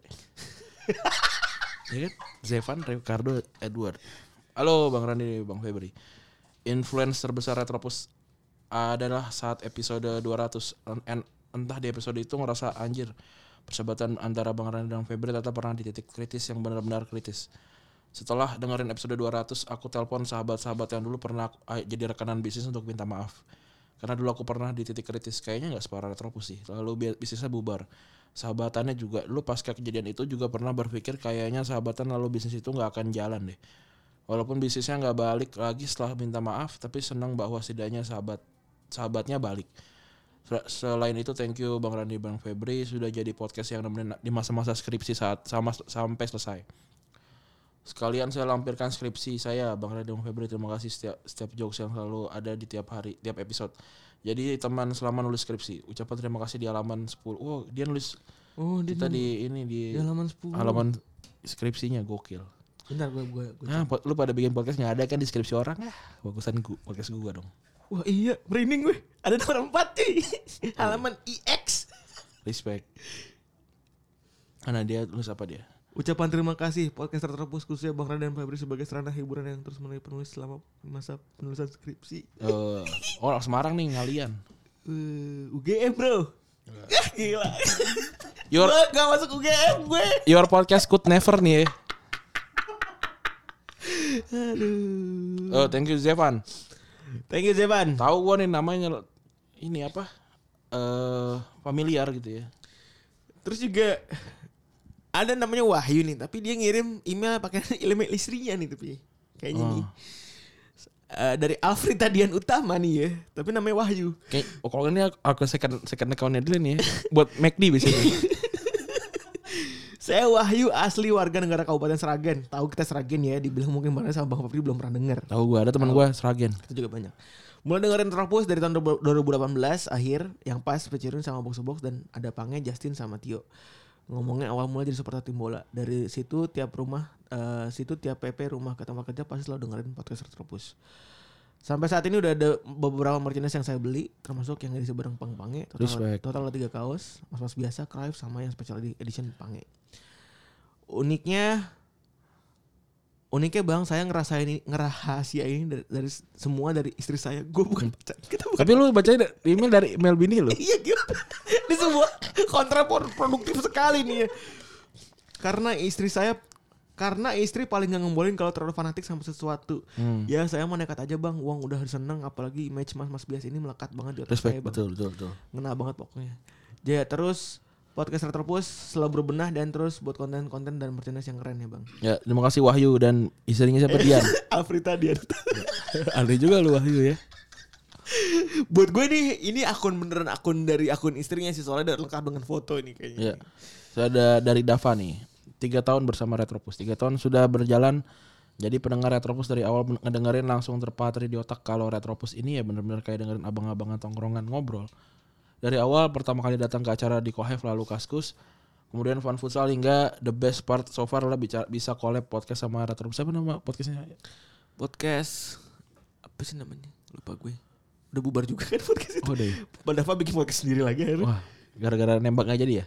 [SPEAKER 2] Ya kan? Zevan Ricardo Edward. Halo Bang Randi, Bang Febri. Influencer terbesar Retropus adalah saat episode dua ratus. En- entah di episode itu ngerasa anjir. Persahabatan antara Bang Randi dan Febri ternyata pernah di titik kritis yang benar-benar kritis. Setelah dengerin episode dua ratus, aku telepon sahabat-sahabat yang dulu pernah jadi rekanan bisnis untuk minta maaf. Karena dulu aku pernah di titik kritis, kayaknya gak separah Retropus sih. Lalu bisnisnya bubar. Sahabatannya juga, dulu pasca kejadian itu juga pernah berpikir kayaknya sahabatan lalu bisnis itu gak akan jalan deh. Walaupun bisnisnya gak balik lagi setelah minta maaf, tapi senang bahwa setidaknya sahabat sahabatnya balik. Selain itu thank you Bang Randi, Bang Febri sudah jadi podcast yang nemenin di masa-masa skripsi saat sama sampai selesai. Sekalian saya lampirkan skripsi saya Bang Randi, Bang Febri, terima kasih setiap setiap jokes yang selalu ada di tiap hari, tiap episode. Jadi teman selama nulis skripsi, ucapan terima kasih di halaman sepuluh. Oh, dia nulis
[SPEAKER 3] Oh, dia
[SPEAKER 2] kita
[SPEAKER 3] nulis.
[SPEAKER 2] di ini di,
[SPEAKER 3] Di halaman sepuluh.
[SPEAKER 2] halaman skripsinya gokil.
[SPEAKER 3] Bentar gue gue gue.
[SPEAKER 2] Nah, lu pada bikin podcast nggak ada kan di skripsi orang? Ah, bagusan gua, podcast gua dong.
[SPEAKER 3] Wah iya, merinding gue. Ada nomor empat cuy. Halaman I X.
[SPEAKER 2] Respect. Karena dia tulis apa dia?
[SPEAKER 3] Ucapan terima kasih podcast Retropus khususnya Bang Randi dan Febri sebagai sarana hiburan yang terus menemani penulis selama masa penulisan skripsi.
[SPEAKER 2] Uh, orang Semarang nih ngalian.
[SPEAKER 3] Uh, U G M bro. Gila.
[SPEAKER 2] Your
[SPEAKER 3] Gue gak masuk U G M gue.
[SPEAKER 2] Your podcast could never nih ya.
[SPEAKER 3] Aduh.
[SPEAKER 2] Oh, thank you Zevan.
[SPEAKER 3] Thank you Zevan.
[SPEAKER 2] Tahu gua nih namanya ini apa? Eh uh, familiar gitu ya.
[SPEAKER 3] Terus juga ada namanya Wahyu nih, tapi dia ngirim email pakai email istrinya nih tapi kayaknya
[SPEAKER 2] Oh.
[SPEAKER 3] nih. Uh, dari Alfred Tadian Utama nih ya, tapi namanya Wahyu.
[SPEAKER 2] Kayak oh, kalau ini aku second second account-nya dulu nih ya. Buat McD biasanya.
[SPEAKER 3] Saya Wahyu, asli warga negara Kabupaten Sragen. Tahu kita Sragen ya, dibilang mungkin banget sama Bang Febri belum pernah denger.
[SPEAKER 2] Tahu gua, ada teman gua Sragen.
[SPEAKER 3] Kita juga banyak. Mulai dengerin Retropus dari tahun dua ribu delapan belas akhir, yang pas featuring sama Box to Box dan ada pangnya Justin sama Tio. Ngomongnya awal mulai jadi supporter tim bola. Dari situ tiap rumah, uh, situ tiap P P rumah ke tempat kerja pasti selalu dengerin podcast Retropus. Sampai saat ini udah ada beberapa merchandise yang saya beli, termasuk yang edisi bareng Pang-Pange. Total,
[SPEAKER 2] Respect.
[SPEAKER 3] total ada tiga kaos, mas-mas biasa, Crave, sama yang special edition Pange. Uniknya, Uniknya bang, saya ngerasain ini, ngerahasia ini dari, dari semua dari istri saya. Gue bukan baca. Kita bukan.
[SPEAKER 2] Tapi lu bacanya email dari email bini lu.
[SPEAKER 3] Iya gitu. Ini semua kontraproduktif sekali nih ya. Karena istri saya, karena istri paling gak ngebolehin kalau terlalu fanatik sama sesuatu. Hmm. Ya saya mau nekat aja bang, uang udah seneng, apalagi image mas-mas biasa ini melekat banget di otak
[SPEAKER 2] Respect,
[SPEAKER 3] saya bang.
[SPEAKER 2] Betul, betul, betul.
[SPEAKER 3] Ngena banget pokoknya. Ya terus podcast Retropus selalu berbenah dan terus buat konten-konten dan merchandise yang keren ya bang.
[SPEAKER 2] Ya terima kasih Wahyu dan istrinya siapa Dian.
[SPEAKER 3] Afrita Dian.
[SPEAKER 2] Ada juga lu Wahyu ya.
[SPEAKER 3] Buat gue nih ini akun beneran akun dari akun istrinya sih soalnya udah lengkap dengan foto ini kayaknya.
[SPEAKER 2] Ya. So, ada dari Dava nih. Tiga tahun bersama Retropus. Tiga tahun sudah berjalan. Jadi pendengar Retropus dari awal ngedengerin langsung terpatri di otak kalau Retropus ini ya bener-bener kayak dengerin abang-abangan tongkrongan ngobrol. Dari awal pertama kali datang ke acara di Kohef lalu Kaskus, kemudian Fun Futsal hingga the best part so far lah bisa, bisa collab podcast sama Retropus. Apa nama podcastnya?
[SPEAKER 3] Podcast apa sih namanya? Lupa gue. Udah bubar juga kan podcast itu.
[SPEAKER 2] Oh, deh.
[SPEAKER 3] Dava bikin podcast sendiri lagi akhirnya.
[SPEAKER 2] Wah, gara-gara nembak gak jadi ya?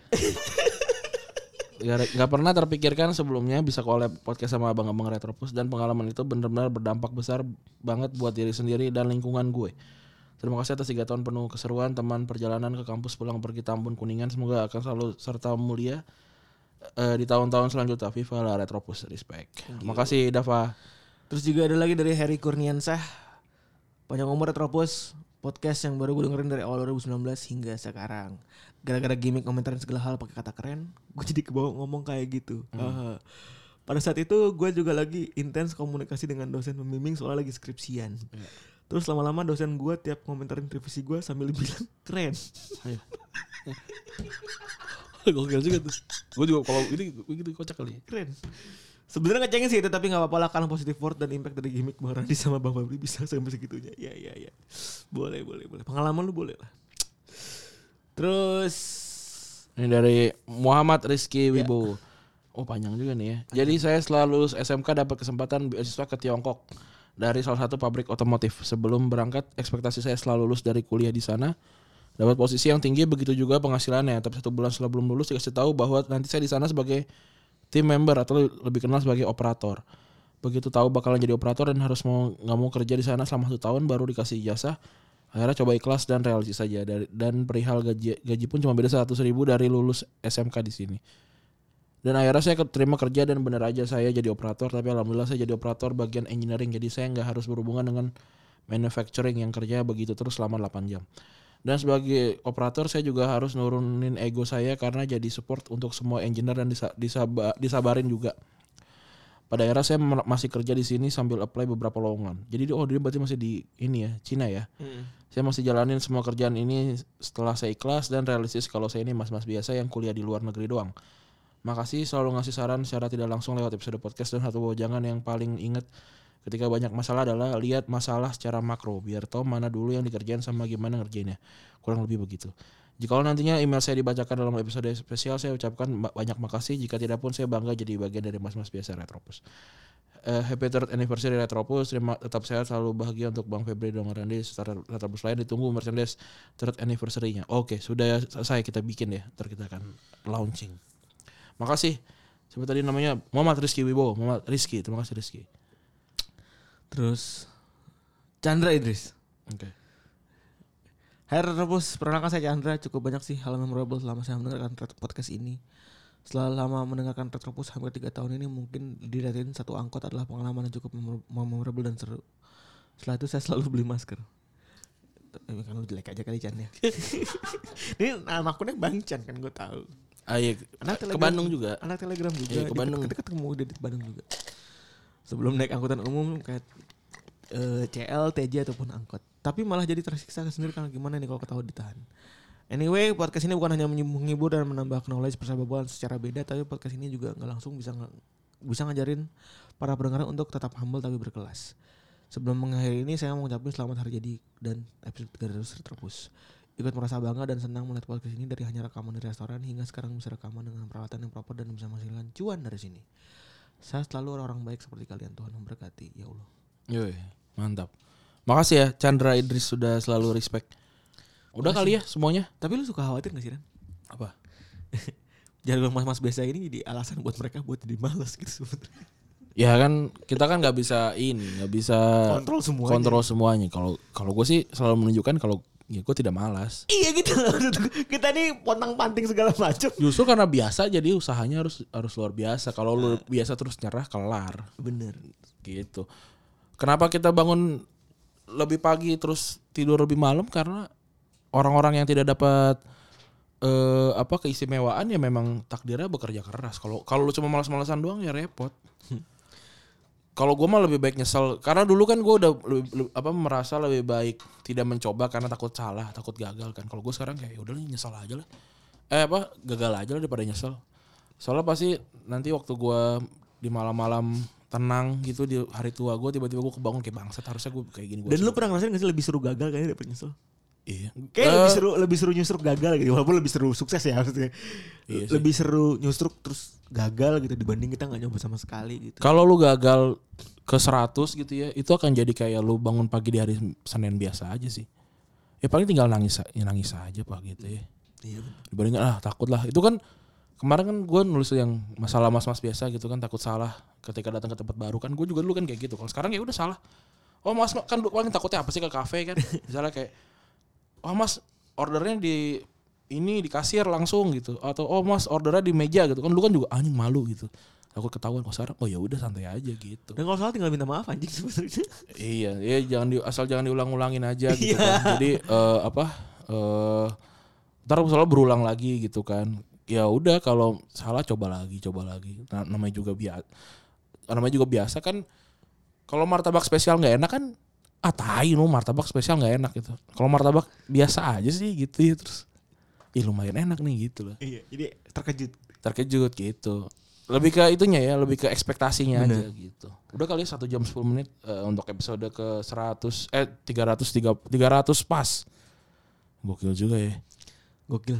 [SPEAKER 2] Gak pernah terpikirkan sebelumnya bisa collab podcast sama abang-abang Retropus dan pengalaman itu benar-benar berdampak besar banget buat diri sendiri dan lingkungan gue. Terima kasih atas tiga tahun penuh keseruan teman perjalanan ke kampus pulang pergi Tambun Kuningan. Semoga akan selalu serta mulia uh, di tahun-tahun selanjutnya. Viva la Retropus, respect. Terima kasih Dava.
[SPEAKER 3] Terus juga ada lagi dari Harry Kurniansah. Panjang umur Retropus, podcast yang baru gue dengerin dari awal dua ribu sembilan belas hingga sekarang. Gara-gara gimmick komentarin segala hal pakai kata keren, gue jadi kebawa ngomong kayak gitu. Hmm. Uh, pada saat itu gue juga lagi intens komunikasi dengan dosen pembimbing soalnya lagi skripsian. Yeah. Terus lama-lama dosen gue tiap komentarin revisi gue sambil bilang keren.
[SPEAKER 2] Gokil juga tuh. Gue juga kalau ini gitu kocak kali.
[SPEAKER 3] Keren. Sebenarnya ngecengin sih itu tapi nggak apa-apa lah karena positive word dan impact dari gimmick Bang Randi sama Bang Fabri bisa sampai segitunya. Ya ya ya. Boleh boleh boleh. Pengalaman lu boleh lah. Terus
[SPEAKER 2] ini dari Muhammad Rizky Wibowo. Ya. Oh panjang juga nih ya. Jadi saya setelah lulus S M K dapat kesempatan beasiswa ke Tiongkok dari salah satu pabrik otomotif. Sebelum berangkat, ekspektasi saya setelah lulus dari kuliah di sana dapat posisi yang tinggi, begitu juga penghasilannya. Tapi satu bulan setelah belum lulus dikasih tahu bahwa nanti saya di sana sebagai team member atau lebih kenal sebagai operator. Begitu tahu bakalan jadi operator dan harus mau nggak mau kerja di sana selama satu tahun baru dikasih ijazah. Akhirnya coba ikhlas dan realistis saja. Dan perihal gaji gaji pun cuma beda seratus ribu dari lulus S M K di sini. Dan akhirnya saya terima kerja dan benar aja saya jadi operator. Tapi alhamdulillah saya jadi operator bagian engineering. Jadi saya nggak harus berhubungan dengan manufacturing yang kerja begitu terus selama delapan jam. Dan sebagai operator saya juga harus nurunin ego saya karena jadi support untuk semua engineer dan disab- disabarin juga. Pada akhirnya saya masih kerja di sini sambil apply beberapa lowongan. Jadi oh dia berarti masih di ini ya, Cina ya. Hmm. Saya masih jalanin semua kerjaan ini setelah saya ikhlas dan realistis kalau saya ini mas-mas biasa yang kuliah di luar negeri doang. Makasih selalu ngasih saran secara tidak langsung lewat episode podcast dan satu bojangan yang paling inget ketika banyak masalah adalah lihat masalah secara makro biar tahu mana dulu yang dikerjain sama gimana ngerjainnya. Kurang lebih begitu. Jika nantinya email saya dibacakan dalam episode spesial, saya ucapkan banyak makasih. Jika tidak pun saya bangga jadi bagian dari mas-mas biasa Retropus. Uh, happy third anniversary Retropus. Terima tetap sehat, selalu bahagia untuk Bang Febri dan Randi serta Retropus lain. Ditunggu merchandise third anniversary-nya. Oke, sudah selesai kita bikin ya. Ntar kita akan launching. Makasih. Seperti tadi namanya Muhammad Rizky Wibowo. Muhammad Rizky, terima kasih Rizky.
[SPEAKER 3] Terus Chandra Idris.
[SPEAKER 2] Oke. Okay.
[SPEAKER 3] Hai Retropus, perkenalkan saya Chandra. Cukup banyak sih hal memorable selama saya mendengarkan podcast ini. Setelah lama mendengarkan Retropus hampir tiga tahun ini, mungkin diratain satu angkot adalah pengalaman yang cukup memorable dan seru. Setelah itu saya selalu beli masker. Kan lu jelek aja kali Chan ya. Ini nama akunnya Bang Chan kan gue tahu.
[SPEAKER 2] Ah iya,
[SPEAKER 3] anak
[SPEAKER 2] ke Bandung juga.
[SPEAKER 3] Anak Telegram juga.
[SPEAKER 2] Iya, ke Bandung.
[SPEAKER 3] Kita ketemu di Bandung juga. Sebelum naik angkutan umum kayak uh, C L, T J ataupun angkot. Tapi malah jadi tersiksa sendiri karena gimana nih kalau ketahuan ditahan. Anyway, podcast ini bukan hanya menghibur dan menambah knowledge persahabatan secara beda, tapi podcast ini juga nggak langsung bisa ng- bisa ngajarin para pendengar untuk tetap humble tapi berkelas. Sebelum mengakhiri ini, saya mau ngucapin selamat hari jadi dan episode tiga ratus Retropus. Ikut merasa bangga dan senang melihat podcast ini dari hanya rekaman di restoran hingga sekarang bisa rekaman dengan peralatan yang proper dan bisa menghasilkan cuan dari sini. Saya selalu orang-orang baik seperti kalian, Tuhan memberkati, ya Allah.
[SPEAKER 2] Yoi, mantap. Makasih ya Chandra Idris sudah selalu respect. Udah Makasih. Kali ya semuanya.
[SPEAKER 3] Tapi lu suka khawatir gak sih Ran?
[SPEAKER 2] Apa?
[SPEAKER 3] Jargon mas-mas biasa ini jadi alasan buat mereka buat jadi malas gitu sebenarnya.
[SPEAKER 2] Ya kan kita kan nggak bisa ini, nggak bisa
[SPEAKER 3] Kontrol semuanya.
[SPEAKER 2] kontrol semuanya. Kalau kalau gue sih selalu menunjukkan kalau ya gue tidak malas.
[SPEAKER 3] Iya gitu loh. Kita nih pontang-panting segala macam.
[SPEAKER 2] Justru karena biasa jadi usahanya harus harus luar biasa. Kalau lu biasa terus nyerah kelar.
[SPEAKER 3] Bener.
[SPEAKER 2] Gitu. Kenapa kita bangun lebih pagi terus tidur lebih malam? Karena orang-orang yang tidak dapat eh, apa keistimewaan ya memang takdirnya bekerja keras. Kalau kalau lu cuma malas-malasan doang ya repot. Kalau gue mah lebih baik nyesel karena dulu kan gue udah lebih, lebih, apa merasa lebih baik tidak mencoba karena takut salah, takut gagal kan. Kalau gue sekarang kayak udah nyesel aja lah. Eh apa gagal aja lah daripada nyesel. Soalnya pasti nanti waktu gue di malam-malam tenang gitu di hari tua gue tiba-tiba gue kebangun kayak bangsat harusnya gue kayak gini.
[SPEAKER 3] Dan lu pernah ngerasain gak sih lebih seru gagal kayaknya daripada nyesel?
[SPEAKER 2] Iya.
[SPEAKER 3] Kayak
[SPEAKER 2] Uh,
[SPEAKER 3] lebih seru lebih seru nyusruk gagal gitu. Walaupun lebih seru sukses ya maksudnya.
[SPEAKER 2] Iya sih.
[SPEAKER 3] Lebih seru nyusruk terus gagal gitu dibanding kita nggak nyoba sama sekali gitu.
[SPEAKER 2] Kalau lu gagal ke seratus gitu ya, itu akan jadi kayak lu bangun pagi di hari Senin biasa aja sih. Ya paling tinggal nangis ya nangis aja Pak gitu ya.
[SPEAKER 3] Iya.
[SPEAKER 2] Dibandingkan ah takut lah. Itu kan kemarin kan gue nulis yang masalah mas-mas biasa gitu kan takut salah ketika datang ke tempat baru kan gue juga dulu kan kayak gitu. Kalau sekarang ya udah salah. Oh mas kan dulu paling takutnya apa sih ke kafe kan? Misalnya kayak oh mas ordernya di ini di kasir langsung gitu atau oh mas ordernya di meja gitu kan lu kan juga anjing malu gitu takut ketahuan kok sekarang oh ya udah santai aja gitu.
[SPEAKER 3] Dan kalau salah tinggal minta maaf anjing sebenarnya.
[SPEAKER 2] Iya ya jangan di, asal jangan diulang-ulangin aja gitu
[SPEAKER 3] Iya.
[SPEAKER 2] kan jadi uh, apa uh, ntar salah berulang lagi gitu kan ya udah kalau salah coba lagi coba lagi nah, namanya juga biasa namanya juga biasa kan kalau martabak spesial nggak enak kan ah tai lu martabak spesial nggak enak gitu. Kalau martabak biasa aja sih gitu ya terus, ih lumayan enak nih gitu loh.
[SPEAKER 3] Iya, jadi terkejut.
[SPEAKER 2] Terkejut gitu. Lebih ke itunya ya, lebih ke ekspektasinya
[SPEAKER 3] Bener.
[SPEAKER 2] aja gitu. Udah kali satu jam sepuluh menit uh, untuk episode ke seratus eh tiga ratus tiga ratus pas. Gokil juga ya.
[SPEAKER 3] Gokil.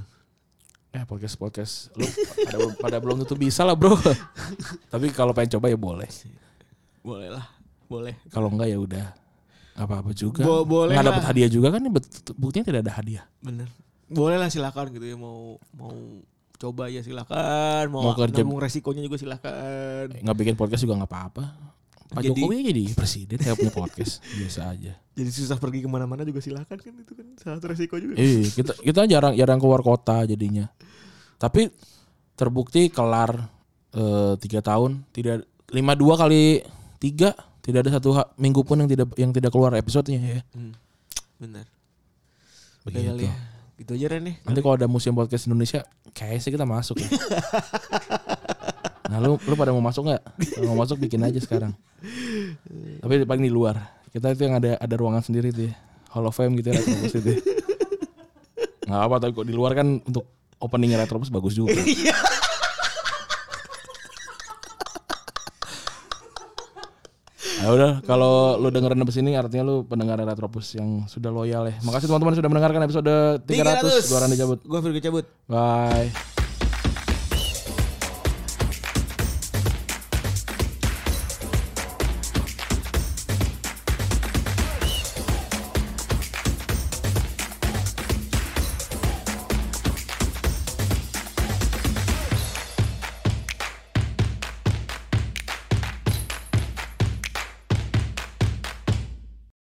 [SPEAKER 2] Eh podcast podcast lu pada pada belum tentu bisa lah bro. Tapi kalau pengen coba ya boleh.
[SPEAKER 3] Boleh lah, boleh.
[SPEAKER 2] Kalau enggak ya udah. Apa-apa juga.
[SPEAKER 3] Bo- boleh
[SPEAKER 2] nggak
[SPEAKER 3] lah.
[SPEAKER 2] dapat hadiah juga kan ini bet- buktinya tidak ada hadiah.
[SPEAKER 3] Bener. Boleh lah silakan gitu ya mau mau coba ya silakan, mau,
[SPEAKER 2] Mau kerja-
[SPEAKER 3] nanggung resikonya juga silakan.
[SPEAKER 2] Nggak bikin podcast juga nggak apa-apa. Pak
[SPEAKER 3] Jadi-
[SPEAKER 2] Jokowi jadi presiden kayak punya podcast biasa aja.
[SPEAKER 3] Jadi susah pergi kemana-mana juga silakan kan itu kan salah satu resiko juga.
[SPEAKER 2] Eh kita kita jarang jarang keluar kota jadinya. Tapi terbukti kelar eh, tiga tahun tidak lima dua kali tiga tidak ada satu ha- minggu pun yang tidak yang tidak keluar episodenya ya.
[SPEAKER 3] Hmm, benar.
[SPEAKER 2] Begitu.
[SPEAKER 3] Kali ya. Gitu aja Ren nih.
[SPEAKER 2] Nanti kalau ada museum podcast Indonesia kayaknya sih kita masuk ya. Nah lu lu pada mau masuk nggak? Kalau mau masuk bikin aja sekarang. Tapi paling di luar. Kita itu yang ada ada ruangan sendiri tuh ya. Hall of Fame gitu ya Retropus itu. Nggak apa tapi kok di luar kan untuk openingnya Retropus bagus juga. Nah udah kalau lu dengerin abis ini artinya lu pendengar Retropus yang sudah loyal ya. Makasih teman-teman sudah mendengarkan episode tiga ratus. Gua Randy cabut.
[SPEAKER 3] Gue Virgo cabut.
[SPEAKER 2] Bye.